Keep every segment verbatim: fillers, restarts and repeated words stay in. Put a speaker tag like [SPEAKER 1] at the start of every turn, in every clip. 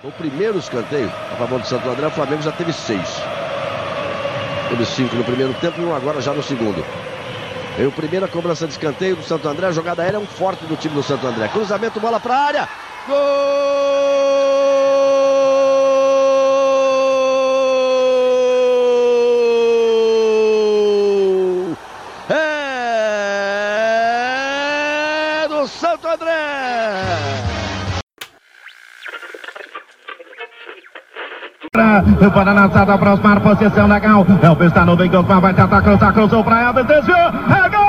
[SPEAKER 1] O primeiro escanteio a favor do Santo André, o Flamengo já teve seis. Teve cinco no primeiro tempo e um agora já no segundo. E o primeiro, a cobrança de escanteio do Santo André, a jogada aérea é um forte do time do Santo André. Cruzamento, bola para a área. Gol! É do Santo André!
[SPEAKER 2] Para na lançada, aproximar, posição legal. Elvis está no meio, vai tentar cruzar, cruzou para Elvis, desviou, é gol!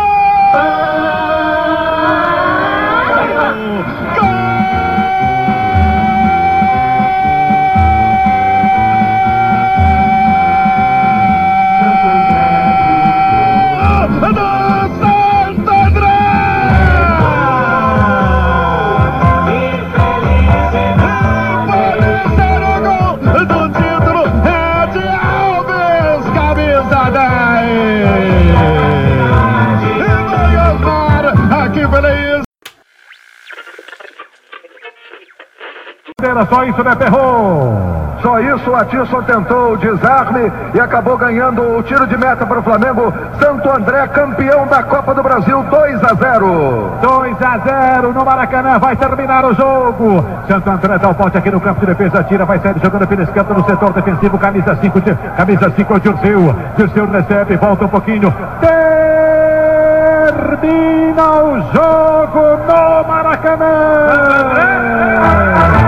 [SPEAKER 2] Só isso, né, Perron? Só isso, o Atisson tentou o desarme e acabou ganhando o tiro de meta para o Flamengo. Santo André, campeão da Copa do Brasil, dois a zero. dois a zero no Maracanã, vai terminar o jogo. Santo André dá o pote aqui no campo de defesa, tira, vai sair jogando pelo escanto no setor defensivo, camisa cinco, camisa cinco, Dirceu. Dirceu recebe, volta um pouquinho. Termina o jogo no Maracanã.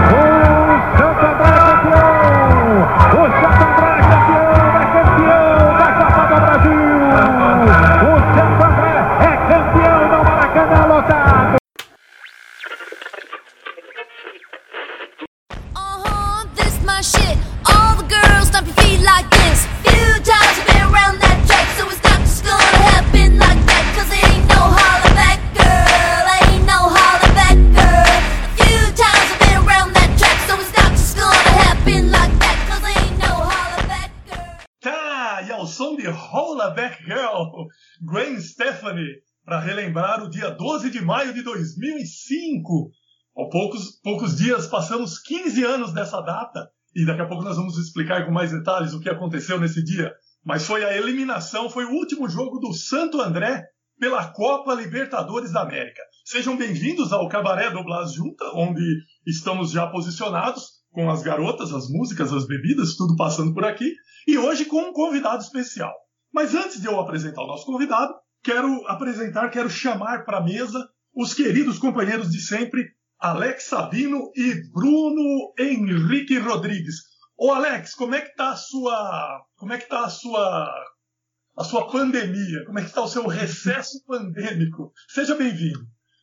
[SPEAKER 3] Gwen Stefani, para relembrar o dia doze de maio de dois mil e cinco. Há poucos, poucos dias passamos quinze anos dessa data e daqui a pouco nós vamos explicar com mais detalhes o que aconteceu nesse dia. Mas foi a eliminação, foi o último jogo do Santo André pela Copa Libertadores da América. Sejam bem-vindos ao Cabaré do Blas Junta, onde estamos já posicionados com as garotas, as músicas, as bebidas, tudo passando por aqui. E hoje com um convidado especial. Mas antes de eu apresentar o nosso convidado, quero apresentar, quero chamar para a mesa os queridos companheiros de sempre, Alex Sabino e Bruno Henrique Rodrigues. Ô Alex, como é que está a sua, como é que tá a sua, a sua pandemia? Como é que está o seu recesso pandêmico? Seja bem-vindo.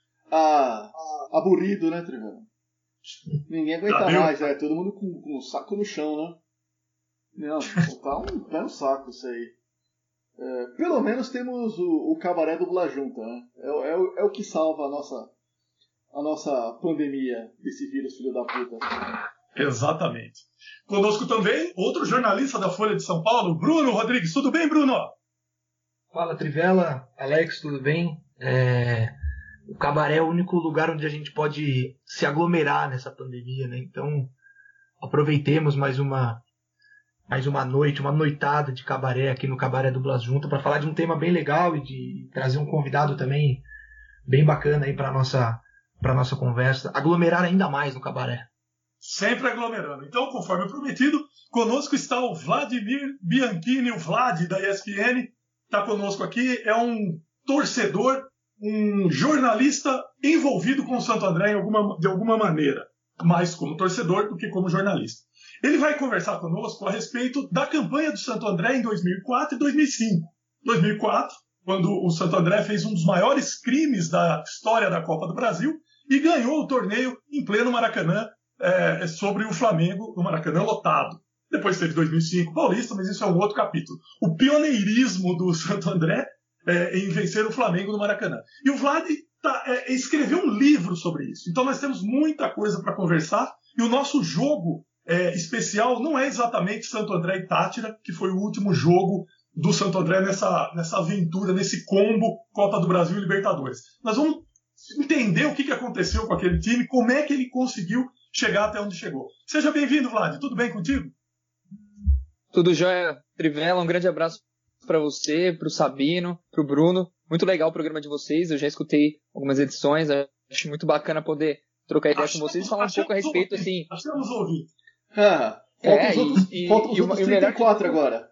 [SPEAKER 4] Ah, aburrido, né, Trivela? Ninguém aguenta
[SPEAKER 3] tá
[SPEAKER 4] mais, é todo mundo com, com o saco no chão, né? Não, tá um pé no saco isso aí. É, pelo menos temos o, o Cabaré do Blas Junta, né? É, é, é o que salva a nossa, a nossa pandemia desse vírus, filho da puta.
[SPEAKER 3] Exatamente. Conosco também, outro jornalista da Folha de São Paulo, Bruno Rodrigues. Tudo bem, Bruno?
[SPEAKER 5] Fala, Trivela. Alex, tudo bem? É... O Cabaré é o único lugar onde a gente pode se aglomerar nessa pandemia, né? Então, aproveitemos mais uma... mais uma noite, uma noitada de cabaré aqui no Cabaré do Blas Junta para falar de um tema bem legal e de trazer um convidado também bem bacana aí para nossa para nossa conversa, aglomerar ainda mais no cabaré.
[SPEAKER 3] Sempre aglomerando. Então, conforme prometido, conosco está o Vladimir Bianchini, o Vlad da E S P N, está conosco aqui, é um torcedor, um jornalista envolvido com o Santo André em alguma, de alguma maneira, mais como torcedor do que como jornalista. Ele vai conversar conosco a respeito da campanha do Santo André em dois mil e quatro e dois mil e cinco. dois mil e quatro, quando o Santo André fez um dos maiores crimes da história da Copa do Brasil e ganhou o torneio em pleno Maracanã, é, sobre o Flamengo, no Maracanã lotado. Depois teve dois mil e cinco Paulista, mas isso é um outro capítulo. O pioneirismo do Santo André é, em vencer o Flamengo no Maracanã. E o Vlad tá, é, escreveu um livro sobre isso. Então nós temos muita coisa para conversar e o nosso jogo É, especial não é exatamente Santo André e Tátira, que foi o último jogo do Santo André nessa, nessa aventura, nesse combo Copa do Brasil e Libertadores. Nós vamos entender o que, que aconteceu com aquele time, como é que ele conseguiu chegar até onde chegou. Seja bem-vindo, Vlad. Tudo bem contigo?
[SPEAKER 6] Tudo jóia, Trivela. Um grande abraço para você, para o Sabino, para o Bruno. Muito legal o programa de vocês. Eu já escutei algumas edições. Acho muito bacana poder trocar ideia com vocês e falar um pouco a respeito,
[SPEAKER 3] ouvir.
[SPEAKER 6] assim...
[SPEAKER 3] Achamos ouvir.
[SPEAKER 4] Ah,
[SPEAKER 6] é,
[SPEAKER 4] faltam os outros,
[SPEAKER 6] e,
[SPEAKER 4] faltam os
[SPEAKER 6] e,
[SPEAKER 4] outros
[SPEAKER 6] e o
[SPEAKER 4] trinta e quatro
[SPEAKER 6] melhor
[SPEAKER 4] agora.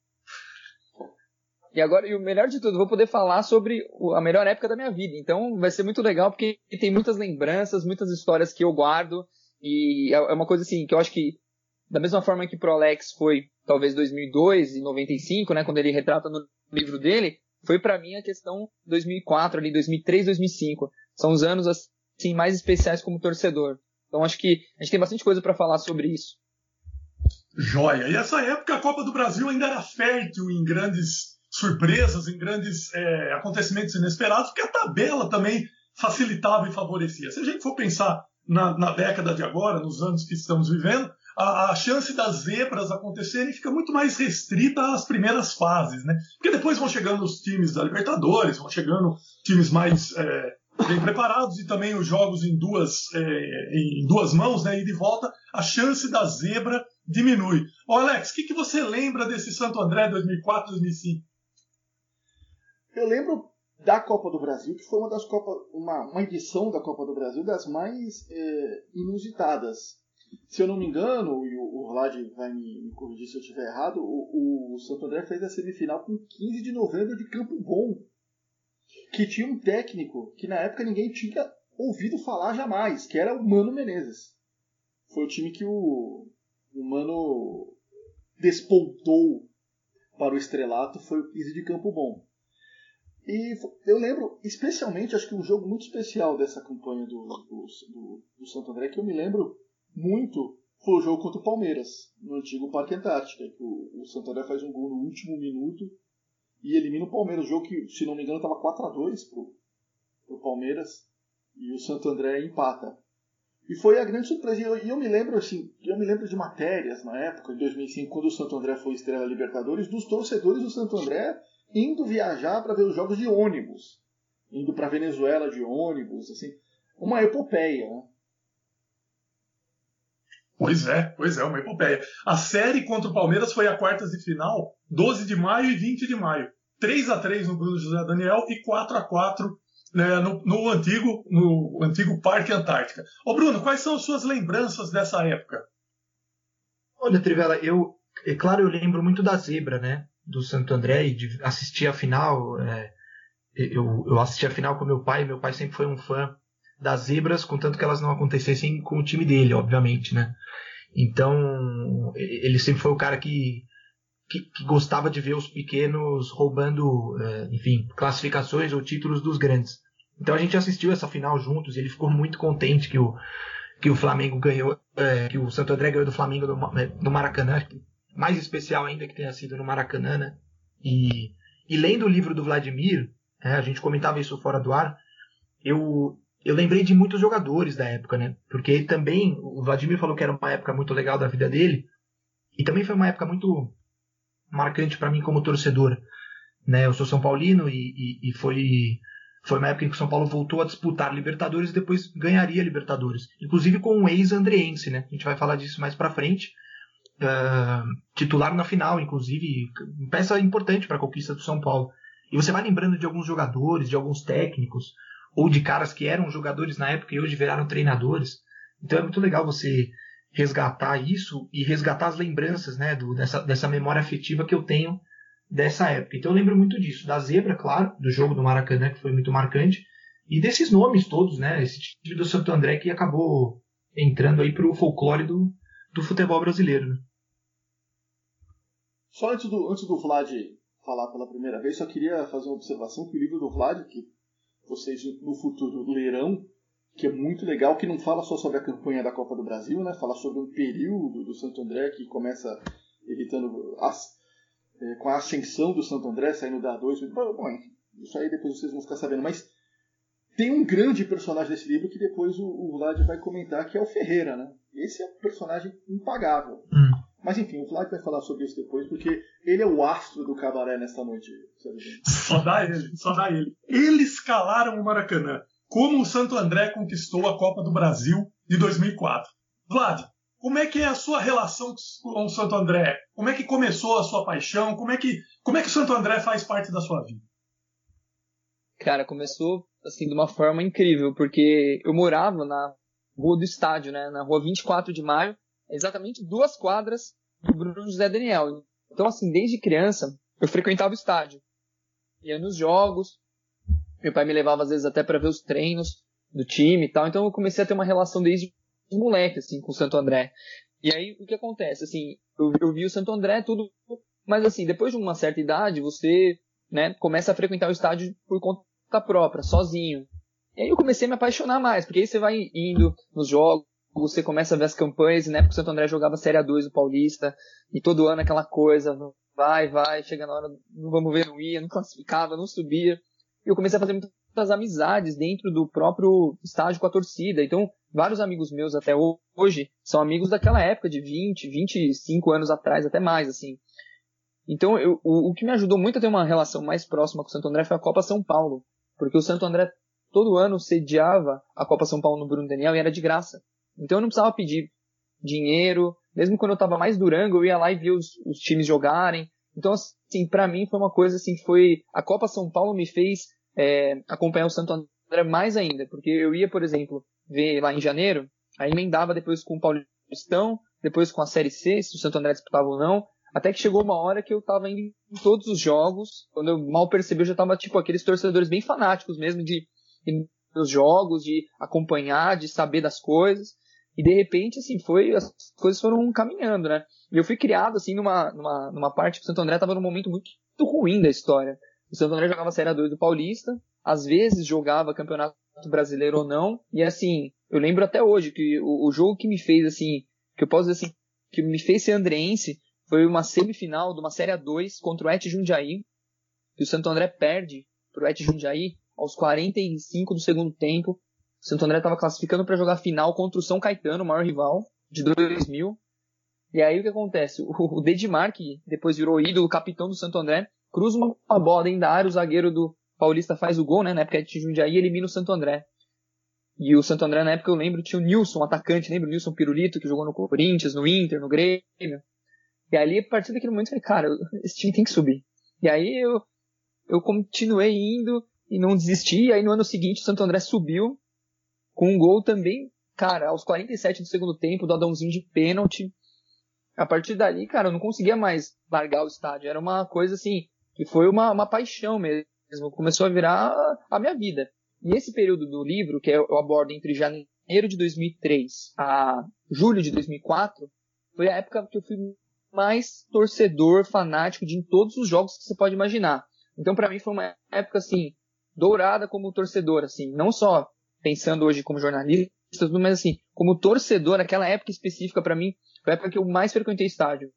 [SPEAKER 6] E agora, e o melhor de tudo, vou poder falar sobre a melhor época da minha vida. Então vai ser muito legal, porque tem muitas lembranças, muitas histórias que eu guardo. E é uma coisa assim, que eu acho que, da mesma forma que pro Alex foi, talvez, dois mil e dois e noventa e cinco, né, quando ele retrata no livro dele, foi para mim a questão dois mil e quatro, ali, dois mil e três, dois mil e cinco. São os anos assim, mais especiais como torcedor. Então acho que a gente tem bastante coisa para falar sobre isso.
[SPEAKER 3] Joia! E essa época a Copa do Brasil ainda era fértil em grandes surpresas, em grandes é, acontecimentos inesperados, porque a tabela também facilitava e favorecia. Se a gente for pensar na, na década de agora, nos anos que estamos vivendo, a, a chance das zebras acontecerem fica muito mais restrita às primeiras fases, né? Porque depois vão chegando os times da Libertadores, vão chegando times mais é, bem preparados e também os jogos em duas, é, em duas mãos, né? E de volta, a chance da zebra diminui. Ô Alex, o que, que você lembra desse Santo André dois mil e quatro, dois mil e cinco?
[SPEAKER 4] Eu lembro da Copa do Brasil, que foi uma das Copas, uma, uma edição da Copa do Brasil das mais é, inusitadas. Se eu não me engano, e o, o Vlad vai me, me corrigir se eu estiver errado, o, o Santo André fez a semifinal com quinze de novembro de Campo Bom, que tinha um técnico que na época ninguém tinha ouvido falar jamais, que era o Mano Menezes. Foi o time que o, o Mano despontou para o estrelato, foi o quinze de Campo Bom. E eu lembro, especialmente, acho que um jogo muito especial dessa campanha do, do, do, do Santo André, que eu me lembro muito, foi o jogo contra o Palmeiras, no antigo Parque Antártica, que o, o Santo André faz um gol no último minuto e elimina o Palmeiras. O jogo que, se não me engano, estava quatro a dois pro, pro Palmeiras, e o Santo André empata. E foi a grande surpresa. E eu, e eu me lembro, assim, eu me lembro de matérias na época, em dois mil e cinco, quando o Santo André foi estrela Libertadores, dos torcedores do Santo André indo viajar para ver os jogos de ônibus, indo para Venezuela de ônibus, assim, uma epopeia, né?
[SPEAKER 3] Pois é, pois é, uma epopeia. A série contra o Palmeiras foi a quartas de final, doze de maio e vinte de maio. três a três no Bruno José Daniel e quatro a quatro né, no, no, antigo, no antigo Parque Antártica. Ô Bruno, quais são as suas lembranças dessa época?
[SPEAKER 5] Olha, Trivela, eu, é claro, eu lembro muito da zebra, né? Do Santo André e de assistir a final. É, eu, eu assisti a final com meu pai. Meu pai sempre foi um fã das zebras, contanto que elas não acontecessem com o time dele, obviamente, né? Então, ele sempre foi o cara que, que, que gostava de ver os pequenos roubando, é, enfim, classificações ou títulos dos grandes. Então a gente assistiu essa final juntos e ele ficou muito contente que o, que o Flamengo ganhou, é, que o Santo André ganhou do Flamengo no, no Maracanã. Mais especial ainda que tenha sido no Maracanã, né? E, e lendo o livro do Vladimir, né, a gente comentava isso fora do ar, eu, eu lembrei de muitos jogadores da época, né? Porque ele também, o Vladimir falou que era uma época muito legal da vida dele, e também foi uma época muito marcante para mim como torcedor, né? Eu sou São Paulino e, e, e foi, foi uma época em que o São Paulo voltou a disputar Libertadores e depois ganharia Libertadores, inclusive com um ex-andreense, né? A gente vai falar disso mais para frente. Uh, titular na final, inclusive, peça importante para a conquista do São Paulo. E você vai lembrando de alguns jogadores, de alguns técnicos, ou de caras que eram jogadores na época e hoje viraram treinadores. Então é muito legal você resgatar isso e resgatar as lembranças, né, do, dessa, dessa memória afetiva que eu tenho dessa época. Então eu lembro muito disso, da zebra, claro, do jogo do Maracanã, que foi muito marcante, e desses nomes todos, né, esse time do Santo André que acabou entrando aí para o folclore do, do futebol brasileiro, né?
[SPEAKER 4] Só antes do, antes do Vlad falar pela primeira vez, só queria fazer uma observação que o livro do Vlad, que vocês no futuro lerão, que é muito legal, que não fala só sobre a campanha da Copa do Brasil, né? Fala sobre um período do Santo André que começa evitando as, é, com a ascensão do Santo André, saindo da A dois. Bom, enfim, isso aí depois vocês vão ficar sabendo. Mas tem um grande personagem desse livro que depois o, o Vlad vai comentar, que é o Ferreira, né? Esse é um personagem impagável.
[SPEAKER 5] Hum.
[SPEAKER 4] Mas enfim, o Vlad vai falar sobre isso depois, porque ele é o astro do cabaré nesta noite.
[SPEAKER 3] Só dá ele, só dá ele. Eles escalaram o Maracanã. Como o Santo André conquistou a Copa do Brasil de dois mil e quatro. Vlad, como é que é a sua relação com o Santo André? Como é que começou a sua paixão? Como é que, como é que o Santo André faz parte da sua vida?
[SPEAKER 6] Cara, começou assim de uma forma incrível, porque eu morava na rua do estádio, né, na rua vinte e quatro de maio, exatamente duas quadras do Bruno José Daniel. Então, assim, desde criança, eu frequentava o estádio. Ia nos jogos, meu pai me levava às vezes até para ver os treinos do time e tal. Então eu comecei a ter uma relação desde moleque, assim, com o Santo André. E aí, o que acontece? Assim, eu, eu vi o Santo André, tudo, mas assim, depois de uma certa idade, você, né, começa a frequentar o estádio por conta própria, sozinho. E aí eu comecei a me apaixonar mais, porque aí você vai indo nos jogos, você começa a ver as campanhas, e na época o Santo André jogava Série A dois do Paulista, e todo ano aquela coisa, vai, vai, chega na hora, não vamos ver, não ia, não classificava, não subia. E eu comecei a fazer muitas amizades dentro do próprio estádio com a torcida. Então, vários amigos meus até hoje são amigos daquela época de vinte, vinte e cinco anos atrás, até mais, assim. Então, eu, o, o que me ajudou muito a ter uma relação mais próxima com o Santo André foi a Copa São Paulo. Porque o Santo André todo ano sediava a Copa São Paulo no Bruno Daniel e era de graça. Então eu não precisava pedir dinheiro. Mesmo quando eu estava mais Durango, eu ia lá e via os, os times jogarem. Então, assim, pra mim foi uma coisa assim, foi... A Copa São Paulo me fez é, acompanhar o Santo André mais ainda. Porque eu ia, por exemplo, ver lá em janeiro, aí emendava depois com o Paulistão, depois com a Série C, se o Santo André disputava ou não. Até que chegou uma hora que eu tava indo em todos os jogos. Quando eu mal percebi, eu já tava, tipo, aqueles torcedores bem fanáticos mesmo de ir nos jogos, de acompanhar, de saber das coisas. E de repente, assim, foi, as coisas foram caminhando, né? E eu fui criado, assim, numa, numa, numa parte que o Santo André tava num momento muito, muito ruim da história. O Santo André jogava a Série A dois do Paulista, às vezes jogava Campeonato Brasileiro ou não. E, assim, eu lembro até hoje que o, o jogo que me fez, assim, que eu posso dizer assim, que me fez ser andreense, foi uma semifinal de uma Série A dois contra o Et Jundiaí, que o Santo André perde para o Et Jundiaí aos quarenta e cinco do segundo tempo. O Santo André estava classificando para jogar a final contra o São Caetano, o maior rival, de dois mil. E aí o que acontece? O, o Dedimar, que depois virou ídolo, capitão do Santo André, cruza uma bola dentro da área, o zagueiro do Paulista faz o gol, né? Na época Et Jundiaí, e elimina o Santo André. E o Santo André, na época, eu lembro, tinha o Nilson, um atacante, lembra o Nilson Pirulito, que jogou no Corinthians, no Inter, no Grêmio. E ali, a partir daquele momento, eu falei, cara, esse time tem que subir. E aí eu, eu continuei indo e não desisti. E aí no ano seguinte o Santo André subiu com um gol também, cara, aos quarenta e sete do segundo tempo, do Adãozinho de pênalti. A partir dali, cara, eu não conseguia mais largar o estádio. Era uma coisa assim, que foi uma, uma paixão mesmo. Começou a virar a minha vida. E esse período do livro, que eu abordo entre janeiro de dois mil e três a julho de dois mil e quatro, foi a época que eu fui mais torcedor, fanático de em todos os jogos que você pode imaginar. Então, pra mim, foi uma época, assim, dourada como torcedor, assim, não só pensando hoje como jornalista, mas, assim, como torcedor, aquela época específica, pra mim, foi a época que eu mais frequentei estádio.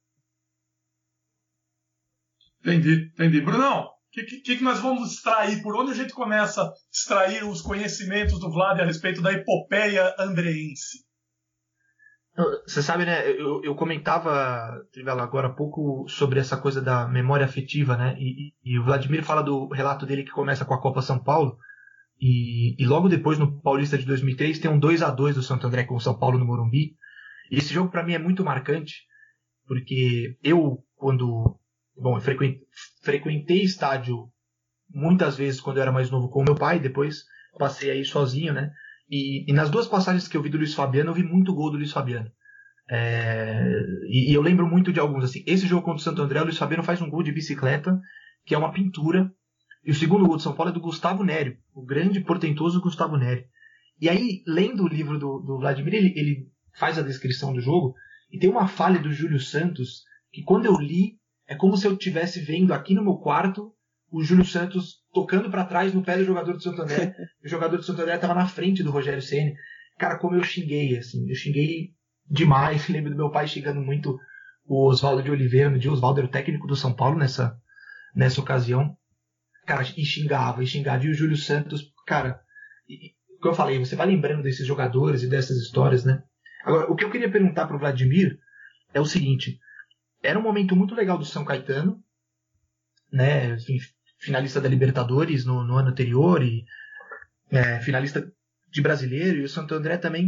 [SPEAKER 3] Entendi, entendi. Brunão, o que, que, que nós vamos extrair? Por onde a gente começa a extrair os conhecimentos do Vlad a respeito da epopeia andreense?
[SPEAKER 5] Você sabe, né, eu, eu comentava, Trivela, agora há pouco sobre essa coisa da memória afetiva, né, e, e o Vladimir fala do relato dele que começa com a Copa São Paulo, e, e logo depois, no Paulista de dois mil e três, tem um dois a dois do Santo André com o São Paulo no Morumbi, e esse jogo para mim é muito marcante, porque eu, quando, bom, eu frequentei, frequentei estádio muitas vezes quando eu era mais novo com o meu pai, depois passei aí sozinho, né, E, e nas duas passagens que eu vi do Luiz Fabiano, eu vi muito gol do Luiz Fabiano. É, e, e eu lembro muito de alguns. Assim, esse jogo contra o Santo André, o Luiz Fabiano faz um gol de bicicleta, que é uma pintura. E o segundo gol do São Paulo é do Gustavo Nério, o grande, portentoso Gustavo Nério. E aí, lendo o livro do, do Vladimir, ele, ele faz a descrição do jogo, e tem uma falha do Júlio Santos, que quando eu li, é como se eu estivesse vendo aqui no meu quarto o Júlio Santos tocando para trás no pé do jogador do Santo André. O jogador do Santo André estava na frente do Rogério Ceni. Cara, como eu xinguei, assim. Eu xinguei demais. Lembro do meu pai xingando muito o Oswaldo de Oliveira. No dia, o Oswaldo era o técnico do São Paulo nessa, nessa ocasião. Cara, e xingava, e xingava. E o Júlio Santos, cara, e, o que eu falei, você vai lembrando desses jogadores e dessas histórias, né? Agora, o que eu queria perguntar pro Vladimir é o seguinte. Era um momento muito legal do São Caetano, né? Enfim, finalista da Libertadores no, no ano anterior e é, finalista de Brasileiro, e o Santo André também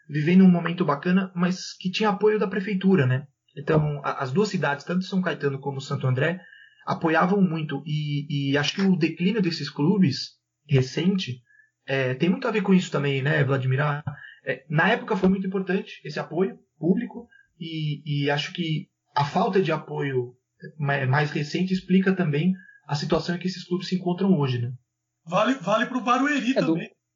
[SPEAKER 5] vivendo um momento bacana, mas que tinha apoio da prefeitura, né? Então, a, as duas cidades, tanto São Caetano como Santo André, apoiavam muito. E, e acho que o declínio desses clubes recente é, tem muito a ver com isso também, né, Vladimir? É, na época foi muito importante esse apoio público e, e acho que a falta de apoio mais recente explica também a situação em que esses clubes se encontram hoje, né?
[SPEAKER 3] Vale, vale para o Barueri é também. Do...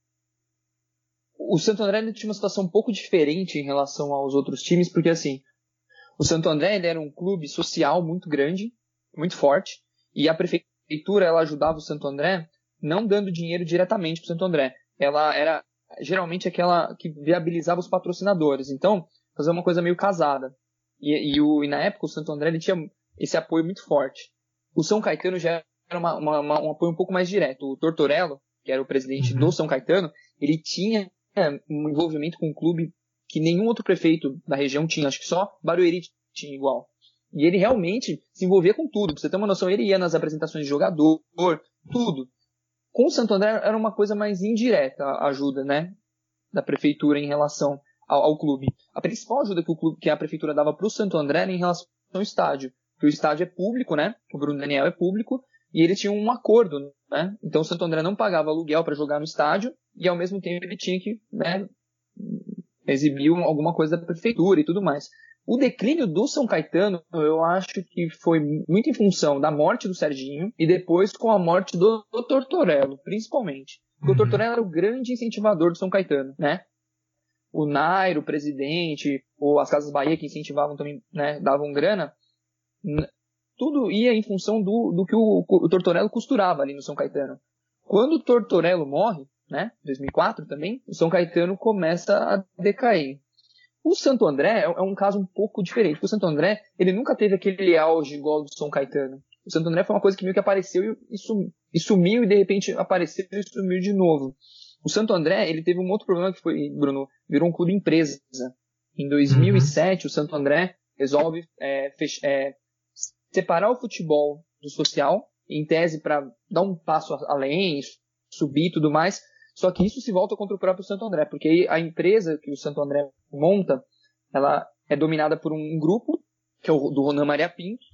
[SPEAKER 6] O Santo André tinha uma situação um pouco diferente em relação aos outros times, porque assim, o Santo André ele era um clube social muito grande, muito forte, e a prefeitura ela ajudava o Santo André não dando dinheiro diretamente para o Santo André. Ela era geralmente aquela que viabilizava os patrocinadores. Então, fazer uma coisa meio casada. E, e, o, e na época o Santo André ele tinha esse apoio muito forte. O São Caetano já era uma, uma, uma, um apoio um pouco mais direto. O Tortorello, que era o presidente uhum. do São Caetano, ele tinha é, um envolvimento com um clube que nenhum outro prefeito da região tinha. Acho que só Barueri tinha igual. E ele realmente se envolvia com tudo. Pra você ter uma noção, ele ia nas apresentações de jogador, tudo. Com o Santo André era uma coisa mais indireta a ajuda, né, da prefeitura em relação ao, ao clube. A principal ajuda que, o clube, que a prefeitura dava para o Santo André era em relação ao estádio. Porque o estádio é público, né? O Bruno Daniel é público e ele tinha um acordo, né? Então o Santo André não pagava aluguel para jogar no estádio e ao mesmo tempo ele tinha que, né, exibir alguma coisa da prefeitura e tudo mais. O declínio do São Caetano, eu acho que foi muito em função da morte do Serginho e depois com a morte do, do Tortorello, principalmente. Porque uhum. o Tortorello era o grande incentivador do São Caetano, né? O Nairo, o presidente, ou as Casas Bahia que incentivavam também, né, davam grana, tudo ia em função do, do que o, o Tortorello costurava ali no São Caetano. Quando o Tortorello morre, né, em dois mil e quatro também, o São Caetano começa a decair. O Santo André é um caso um pouco diferente, porque o Santo André, ele nunca teve aquele auge igual do São Caetano. O Santo André foi uma coisa que meio que apareceu e sumiu, e de repente apareceu e sumiu de novo. O Santo André, ele teve um outro problema que foi, Bruno, virou um clube empresa. Em dois mil e sete, uhum. o Santo André resolve é, fech- é, separar o futebol do social, em tese para dar um passo além, subir e tudo mais. Só que isso se volta contra o próprio Santo André, porque a empresa que o Santo André monta, ela é dominada por um grupo, que é o do Ronan Maria Pinto,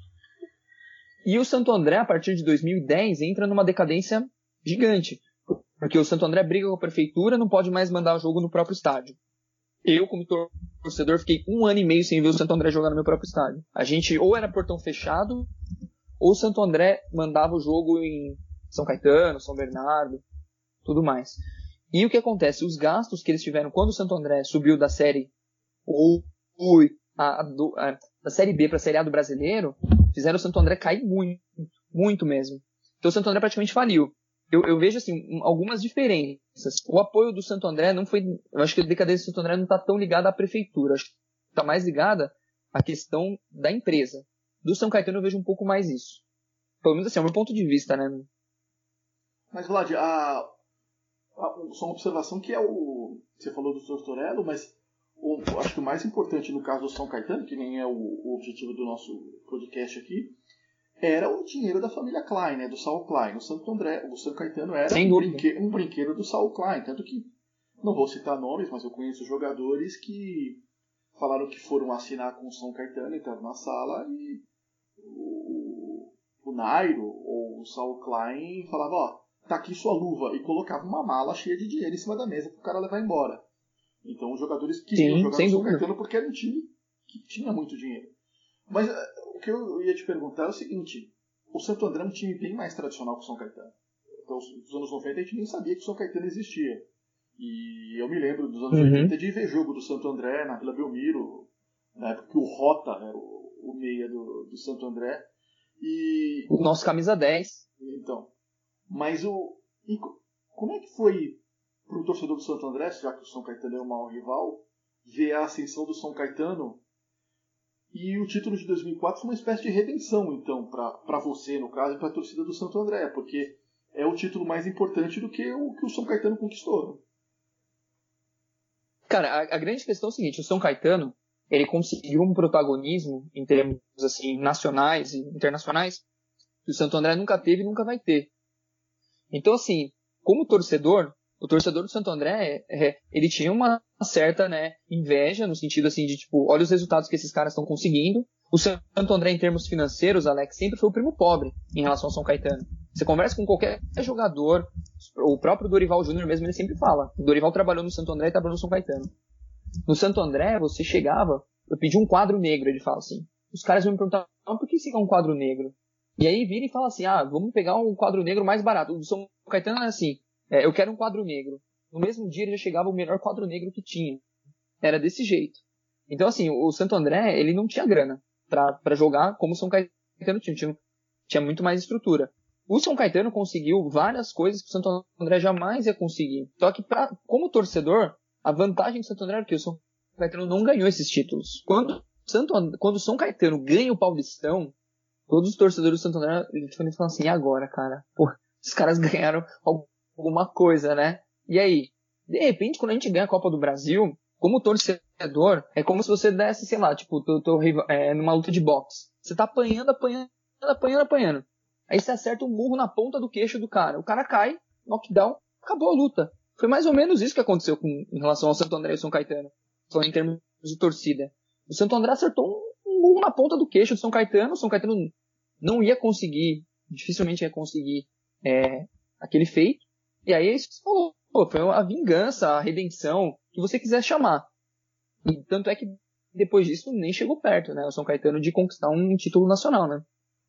[SPEAKER 6] e o Santo André, a partir de dois mil e dez, entra numa decadência gigante, porque o Santo André briga com a prefeitura, não pode mais mandar o jogo no próprio estádio. Eu, como torcedor, fiquei um ano e meio sem ver o Santo André jogar no meu próprio estádio. A gente ou era portão fechado, ou o Santo André mandava o jogo em São Caetano, São Bernardo, tudo mais. E o que acontece? Os gastos que eles tiveram quando o Santo André subiu da série ou a, a, a, da série B para a série A do Brasileiro, fizeram o Santo André cair muito, muito mesmo. Então o Santo André praticamente faliu. Eu, eu vejo assim algumas diferenças. O apoio do Santo André não foi, eu acho que a decadência do Santo André não está tão ligada à prefeitura, acho que está mais ligada à questão da empresa. Do São Caetano eu vejo um pouco mais isso. Pelo menos assim, é o meu ponto de vista, né?
[SPEAKER 4] Mas Vlad, a só uma observação que é o... Você falou do Tortorello, mas o, acho que o mais importante no caso do São Caetano, que nem é o, o objetivo do nosso podcast aqui, era o dinheiro da família Klein, né, do Saul Klein. O Santo André, o São Caetano era um, brinque, um brinquedo do Saul Klein. Tanto que, não vou citar nomes, mas eu conheço jogadores que falaram que foram assinar com o São Caetano, entraram na sala e o, o Nairo ou o Saul Klein falava, ó, tá aqui sua luva, e colocava uma mala cheia de dinheiro em cima da mesa pro cara levar embora. Então os jogadores queriam
[SPEAKER 6] Sim,
[SPEAKER 4] jogar no São
[SPEAKER 6] dúvida.
[SPEAKER 4] Caetano porque era um time que tinha muito dinheiro. Mas uh, o que eu ia te perguntar é o seguinte, o Santo André é um time bem mais tradicional que o São Caetano. Então, nos anos noventa a gente nem sabia que o São Caetano existia. E eu me lembro dos anos uhum. oitenta de ver jogo do Santo André na Vila Belmiro, na época que o Rota era o, o meia do, do Santo André. E...
[SPEAKER 6] O nosso camisa dez.
[SPEAKER 4] Então... Mas o. E como é que foi para o torcedor do Santo André, já que o São Caetano é o maior rival, ver a ascensão do São Caetano? E o título de dois mil e quatro foi uma espécie de redenção, então, para você, no caso, e para a torcida do Santo André, porque é o título mais importante do que o que o São Caetano conquistou.
[SPEAKER 6] Cara, a, a grande questão é o seguinte: o São Caetano ele conseguiu um protagonismo em termos assim, nacionais e internacionais que o Santo André nunca teve e nunca vai ter. Então, assim, como torcedor, o torcedor do Santo André, é, ele tinha uma certa, né, inveja, no sentido assim de, tipo, olha os resultados que esses caras estão conseguindo. O Santo André, em termos financeiros, Alex, sempre foi o primo pobre em relação ao São Caetano. Você conversa com qualquer jogador, o próprio Dorival Júnior mesmo, ele sempre fala. O Dorival trabalhou no Santo André e trabalhou no São Caetano. No Santo André, você chegava, eu pedi um quadro negro, ele fala assim. Os caras vão me perguntar, ah, por que você quer um quadro negro? E aí vira e fala assim, ah, vamos pegar um quadro negro mais barato. O São Caetano é assim, é, eu quero um quadro negro. No mesmo dia ele já chegava o melhor quadro negro que tinha. Era desse jeito. Então assim, o Santo André, ele não tinha grana para jogar como o São Caetano tinha, tinha. Tinha muito mais estrutura. O São Caetano conseguiu várias coisas que o Santo André jamais ia conseguir. Só que, pra, como torcedor, a vantagem do Santo André é que o São Caetano não ganhou esses títulos. Quando, Santo, quando o São Caetano ganha o Paulistão, todos os torcedores do Santo André falam assim, e agora, cara? Pô, esses caras ganharam alguma coisa, né? E aí? De repente, quando a gente ganha a Copa do Brasil, como torcedor, é como se você desse, sei lá, tipo, tô, tô, é, numa luta de boxe. Você tá apanhando, apanhando, apanhando, apanhando. Aí você acerta um murro na ponta do queixo do cara. O cara cai, knockdown, acabou a luta. Foi mais ou menos isso que aconteceu com, em relação ao Santo André e o São Caetano. Falando em termos de torcida. O Santo André acertou um, um murro na ponta do queixo do São Caetano. O São Caetano não ia conseguir, dificilmente ia conseguir é, aquele feito. E aí isso que você falou. Pô, foi a vingança, a redenção, que você quiser chamar. E tanto é que depois disso nem chegou perto, né? O São Caetano de conquistar um título nacional, né?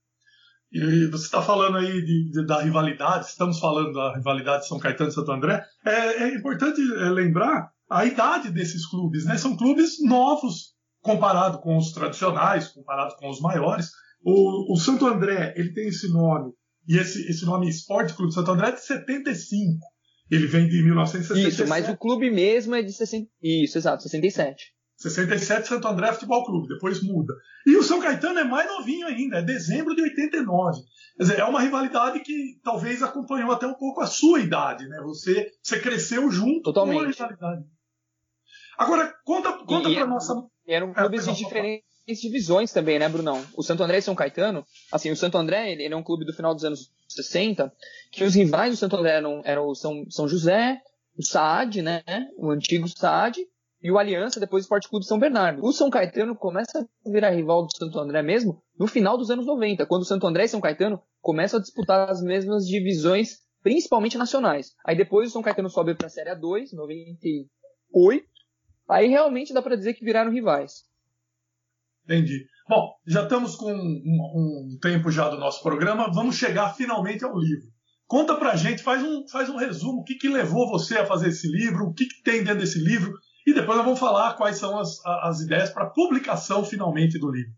[SPEAKER 3] E você está falando aí de, de, da rivalidade, estamos falando da rivalidade de São Caetano e Santo André. É, é importante lembrar a idade desses clubes, né? São clubes novos comparado com os tradicionais, comparado com os maiores. O, o Santo André, ele tem esse nome, e esse, esse nome Esporte Clube Santo André é de setenta e cinco. Ele vem de mil novecentos e sessenta e sete.
[SPEAKER 6] Isso, mas o clube mesmo é de sessenta. Isso, exato, sessenta e sete.
[SPEAKER 3] sessenta e sete, Santo André Futebol Clube, depois muda. E o São Caetano é mais novinho ainda, é dezembro de oitenta e nove. Quer dizer, é uma rivalidade que talvez acompanhou até um pouco a sua idade, né? Você, você cresceu junto
[SPEAKER 6] Totalmente.
[SPEAKER 3] com a rivalidade. Agora, conta, conta
[SPEAKER 6] e
[SPEAKER 3] pra
[SPEAKER 6] era,
[SPEAKER 3] nossa...
[SPEAKER 6] Eram clubes
[SPEAKER 3] é,
[SPEAKER 6] de diferentes divisões também, né, Brunão? O Santo André e São Caetano, assim, o Santo André, ele, ele é um clube do final dos anos sessenta, que os rivais do Santo André eram, eram o São, São José, o Saad, né, o antigo Saad, e o Aliança, depois o Esporte Clube São Bernardo. O São Caetano começa a virar rival do Santo André mesmo no final dos anos noventa, quando o Santo André e São Caetano começam a disputar as mesmas divisões, principalmente nacionais. Aí depois o São Caetano sobe para a Série A dois, noventa e oito, aí realmente dá para dizer que viraram rivais.
[SPEAKER 3] Entendi. Bom, já estamos com um, um tempo já do nosso programa, vamos chegar finalmente ao livro. Conta pra gente, faz um, faz um resumo, o que, que levou você a fazer esse livro, o que, que tem dentro desse livro, e depois nós vamos falar quais são as, as ideias para a publicação finalmente do livro.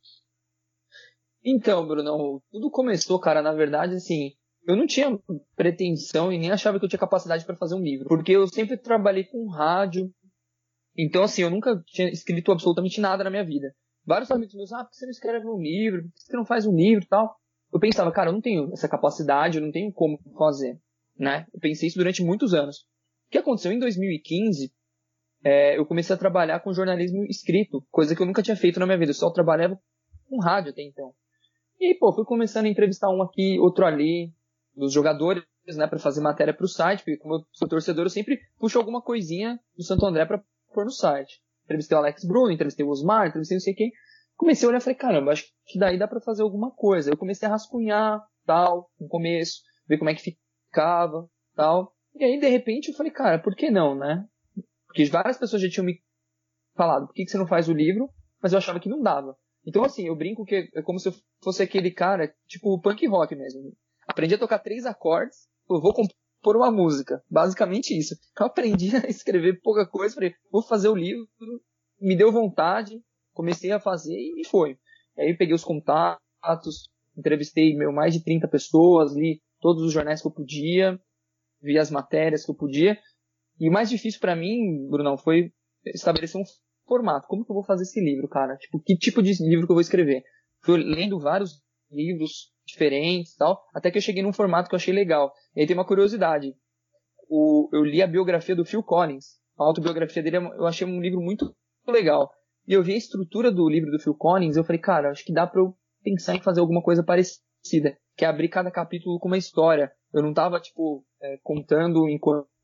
[SPEAKER 6] Então, Bruno, tudo começou, cara, na verdade, assim, eu não tinha pretensão e nem achava que eu tinha capacidade para fazer um livro, porque eu sempre trabalhei com rádio, então, assim, eu nunca tinha escrito absolutamente nada na minha vida. Vários amigos meus, ah, por que você não escreve um livro? Por que você não faz um livro e tal? Eu pensava, cara, eu não tenho essa capacidade, eu não tenho como fazer, né? Eu pensei isso durante muitos anos. O que aconteceu em dois mil e quinze, é, eu comecei a trabalhar com jornalismo escrito, coisa que eu nunca tinha feito na minha vida, eu só trabalhava com rádio até então. E, pô, fui começando a entrevistar um aqui, outro ali, dos jogadores, né, pra fazer matéria pro site, porque como eu sou torcedor, eu sempre puxo alguma coisinha do Santo André pra pôr no site. Entrevistei o Alex Bruno, entrevistei o Osmar, entrevistei não sei quem. Comecei a olhar e falei, caramba, acho que daí dá pra fazer alguma coisa. Eu comecei a rascunhar, tal, no começo, ver como é que ficava, tal. E aí, de repente, eu falei, cara, por que não, né? Porque várias pessoas já tinham me falado, por que você não faz o livro? Mas eu achava que não dava. Então, assim, eu brinco que é como se eu fosse aquele cara, tipo punk rock mesmo. Aprendi a tocar três acordes, eu vou compor uma música. Basicamente isso. Eu aprendi a escrever pouca coisa, falei, vou fazer o livro, me deu vontade, comecei a fazer e foi. Aí eu peguei os contatos, entrevistei meu, mais de trinta pessoas, li todos os jornais que eu podia, vi as matérias que eu podia. E o mais difícil pra mim, Brunão, foi estabelecer um formato. Como que eu vou fazer esse livro, cara? Tipo, que tipo de livro que eu vou escrever? Fui lendo vários livros diferentes e tal, até que eu cheguei num formato que eu achei legal. E aí tem uma curiosidade. O, eu li a biografia do Phil Collins. A autobiografia dele eu achei um livro muito legal. E eu vi a estrutura do livro do Phil Collins e eu falei, cara, acho que dá pra eu pensar em fazer alguma coisa parecida. Que é abrir cada capítulo com uma história. Eu não tava, tipo, é, contando enquanto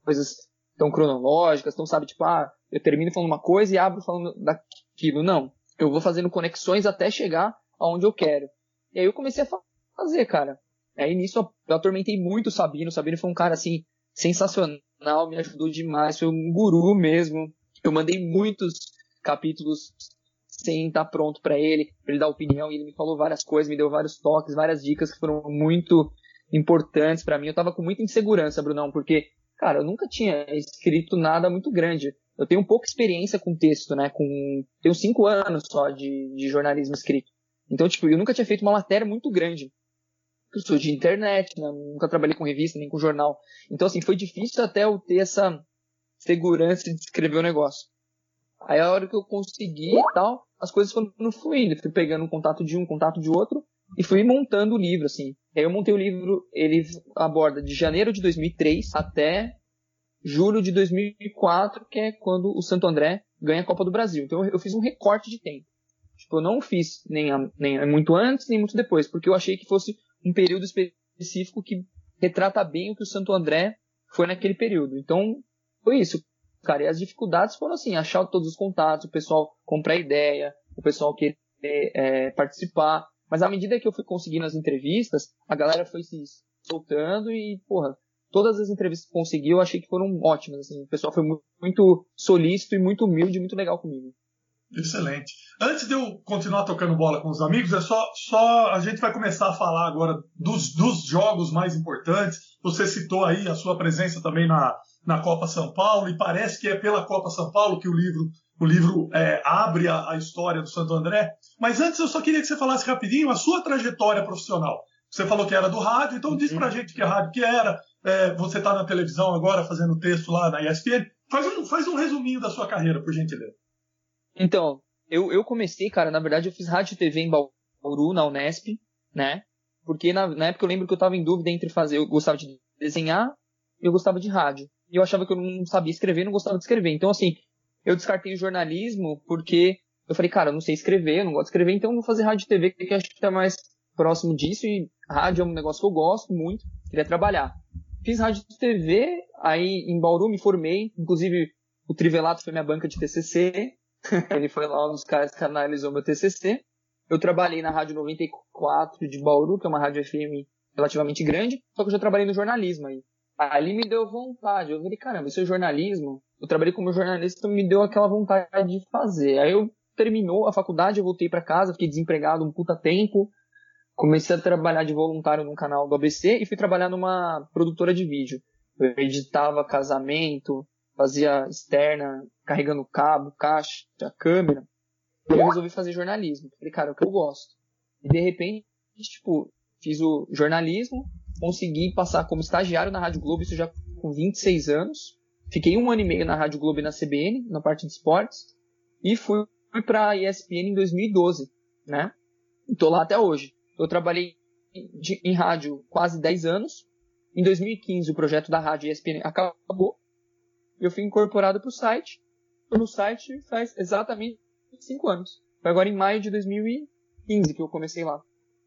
[SPEAKER 6] coisas tão cronológicas, tão, sabe, tipo, ah, eu termino falando uma coisa e abro falando daquilo. Não, eu vou fazendo conexões até chegar aonde eu quero. E aí eu comecei a fazer, cara. Aí nisso eu atormentei muito o Sabino. O Sabino foi um cara, assim, sensacional, me ajudou demais, foi um guru mesmo. Eu mandei muitos capítulos sem estar pronto para ele, para ele dar opinião, e ele me falou várias coisas, me deu vários toques, várias dicas que foram muito importantes para mim. Eu tava com muita insegurança, Brunão, porque, cara, eu nunca tinha escrito nada muito grande. Eu tenho pouca experiência com texto, né? Com... Tenho cinco anos só de, de jornalismo escrito. Então, tipo, eu nunca tinha feito uma matéria muito grande. Eu sou de internet, né? Nunca trabalhei com revista, nem com jornal. Então, assim, foi difícil até eu ter essa segurança de escrever o negócio. Aí, a hora que eu consegui e tal, as coisas foram fluindo. Fui pegando um contato de um, contato de outro, e fui montando o livro, assim. Aí eu montei o livro, ele aborda de janeiro de dois mil e três até julho de dois mil e quatro, que é quando o Santo André ganha a Copa do Brasil. Então, eu fiz um recorte de tempo. Tipo, eu não fiz nem, a, nem muito antes, nem muito depois, porque eu achei que fosse um período específico que retrata bem o que o Santo André foi naquele período. Então, foi isso, cara. E as dificuldades foram assim, achar todos os contatos, o pessoal comprar ideia, o pessoal querer é, participar. Mas à medida que eu fui conseguindo as entrevistas, a galera foi se soltando e, porra, todas as entrevistas que consegui eu achei que foram ótimas. Assim. O pessoal foi muito, muito solícito e muito humilde, muito legal comigo.
[SPEAKER 3] Excelente. Antes de eu continuar tocando bola com os amigos, é só, só a gente vai começar a falar agora dos, dos jogos mais importantes. Você citou aí a sua presença também na, na Copa São Paulo, e parece que é pela Copa São Paulo que o livro, o livro é, abre a, a história do Santo André. Mas antes eu só queria que você falasse rapidinho a sua trajetória profissional. Você falou que era do rádio, então diz pra gente que rádio que era. É, você está na televisão agora fazendo texto lá na E S P N. Faz um, faz um resuminho da sua carreira, por gentileza.
[SPEAKER 6] Então, eu, eu comecei, cara, na verdade eu fiz rádio e T V em Bauru, na Unesp, né? Porque na, na época eu lembro que eu tava em dúvida entre fazer, eu gostava de desenhar e eu gostava de rádio. E eu achava que eu não sabia escrever, não gostava de escrever. Então, assim, eu descartei o jornalismo porque eu falei, cara, eu não sei escrever, eu não gosto de escrever, então eu vou fazer rádio e T V, que eu acho que tá mais próximo disso, e rádio é um negócio que eu gosto muito, queria trabalhar. Fiz rádio e T V, aí em Bauru me formei, inclusive o Trivelato foi minha banca de T C C, ele foi lá um dos caras que analisou meu T C C. Eu trabalhei na Rádio noventa e quatro de Bauru, que é uma rádio F M relativamente grande, só que eu já trabalhei no jornalismo aí. Ali me deu vontade, eu falei, caramba, esse é jornalismo. Eu trabalhei como jornalista, me deu aquela vontade de fazer. Aí eu terminou a faculdade, eu voltei pra casa, fiquei desempregado um puta tempo, comecei a trabalhar de voluntário num canal do A B C e fui trabalhar numa produtora de vídeo. Eu editava casamento, fazia externa, carregando cabo, caixa, câmera. E eu resolvi fazer jornalismo. Falei, cara, é o que eu gosto. E de repente, tipo, fiz o jornalismo, consegui passar como estagiário na Rádio Globo, isso já com vinte e seis anos. Fiquei um ano e meio na Rádio Globo e na C B N, na parte de esportes. E fui pra E S P N em dois mil e doze, né? E tô lá até hoje. Eu trabalhei de, em rádio quase dez anos. Em dois mil e quinze, o projeto da rádio E S P N acabou. Eu fui incorporado pro site. Tô no site faz exatamente cinco anos. Foi agora em maio de dois mil e quinze que eu comecei lá.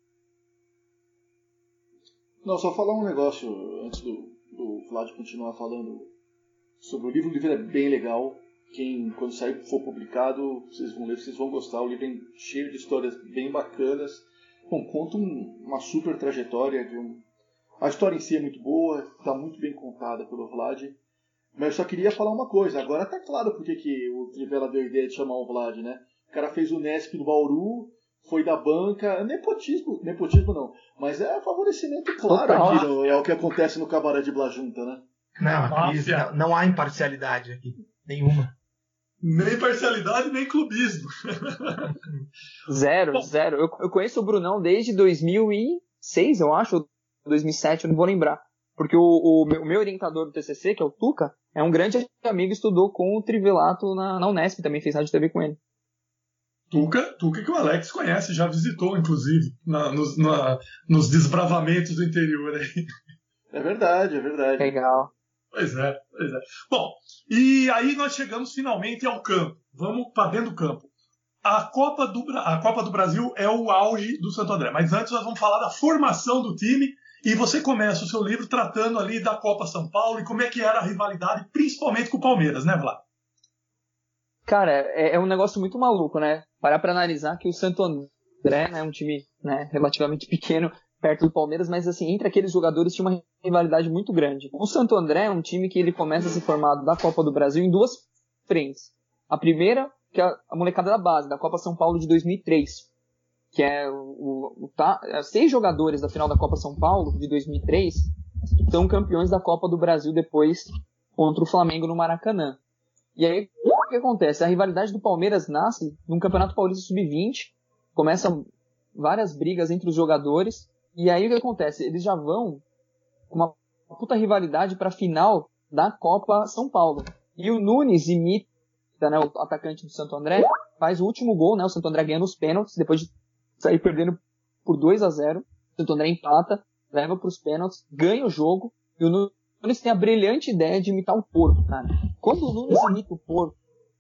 [SPEAKER 4] Não, só falar um negócio antes do, do Vlad continuar falando sobre o livro. O livro é bem legal. Quem, quando sair, for publicado, vocês vão ler, vocês vão gostar. O livro é cheio de histórias bem bacanas. Bom, conta um, uma super trajetória. De um... A história em si é muito boa, está muito bem contada pelo Vlad. Mas eu só queria falar uma coisa. Agora tá claro porque que o Trivela deu a ideia de chamar o Vlad, né? O cara fez o Nesp no Bauru, foi da banca. Nepotismo, nepotismo não. Mas é favorecimento claro aqui. No, é o que acontece no Cabaré de Blajunta, né?
[SPEAKER 5] Não, aqui, não, não há imparcialidade aqui. Nenhuma.
[SPEAKER 3] Nem parcialidade, nem clubismo.
[SPEAKER 6] Zero, Bom. zero. Eu, eu conheço o Brunão desde dois mil e seis, eu acho, ou dois mil e sete, eu não vou lembrar. Porque o, o, meu, o meu orientador do T C C, que é o Tuca, é um grande amigo, estudou com o Trivelato na, na Unesp, também fez rádio e T V com ele.
[SPEAKER 3] Tuca, Tuca que o Alex conhece, já visitou, inclusive, na, nos, na, nos desbravamentos do interior aí.
[SPEAKER 4] É verdade, é verdade.
[SPEAKER 6] Legal.
[SPEAKER 3] Pois é, pois é. Bom, e aí nós chegamos finalmente ao campo. Vamos para dentro do campo. A Copa do, a Copa do Brasil é o auge do Santo André, mas antes nós vamos falar da formação do time E você começa o seu livro tratando ali da Copa São Paulo e como é que era a rivalidade, principalmente com o Palmeiras, né, Vlad?
[SPEAKER 6] Cara, é, é um negócio muito maluco, né? Parar pra analisar que o Santo André, né, é um time, né, relativamente pequeno, perto do Palmeiras, mas assim, entre aqueles jogadores tinha uma rivalidade muito grande. O Santo André é um time que ele começa a ser formado da Copa do Brasil em duas frentes. A primeira, que é a molecada da base, da Copa São Paulo de dois mil e três, que é o, o, o tá, seis jogadores da final da Copa São Paulo de dois mil e três são campeões da Copa do Brasil depois contra o Flamengo no Maracanã. E aí, o que acontece? A rivalidade do Palmeiras nasce num Campeonato Paulista sub vinte, começam várias brigas entre os jogadores, e aí o que acontece? Eles já vão com uma puta rivalidade para a final da Copa São Paulo. E o Nunes imita, né, o atacante do Santo André, faz o último gol, né, o Santo André ganha nos pênaltis, depois de sair perdendo por dois a zero, o Santo André empata, leva para os pênaltis, ganha o jogo, e o Nunes tem a brilhante ideia de imitar o Porco, cara. Quando o Nunes imita o Porco,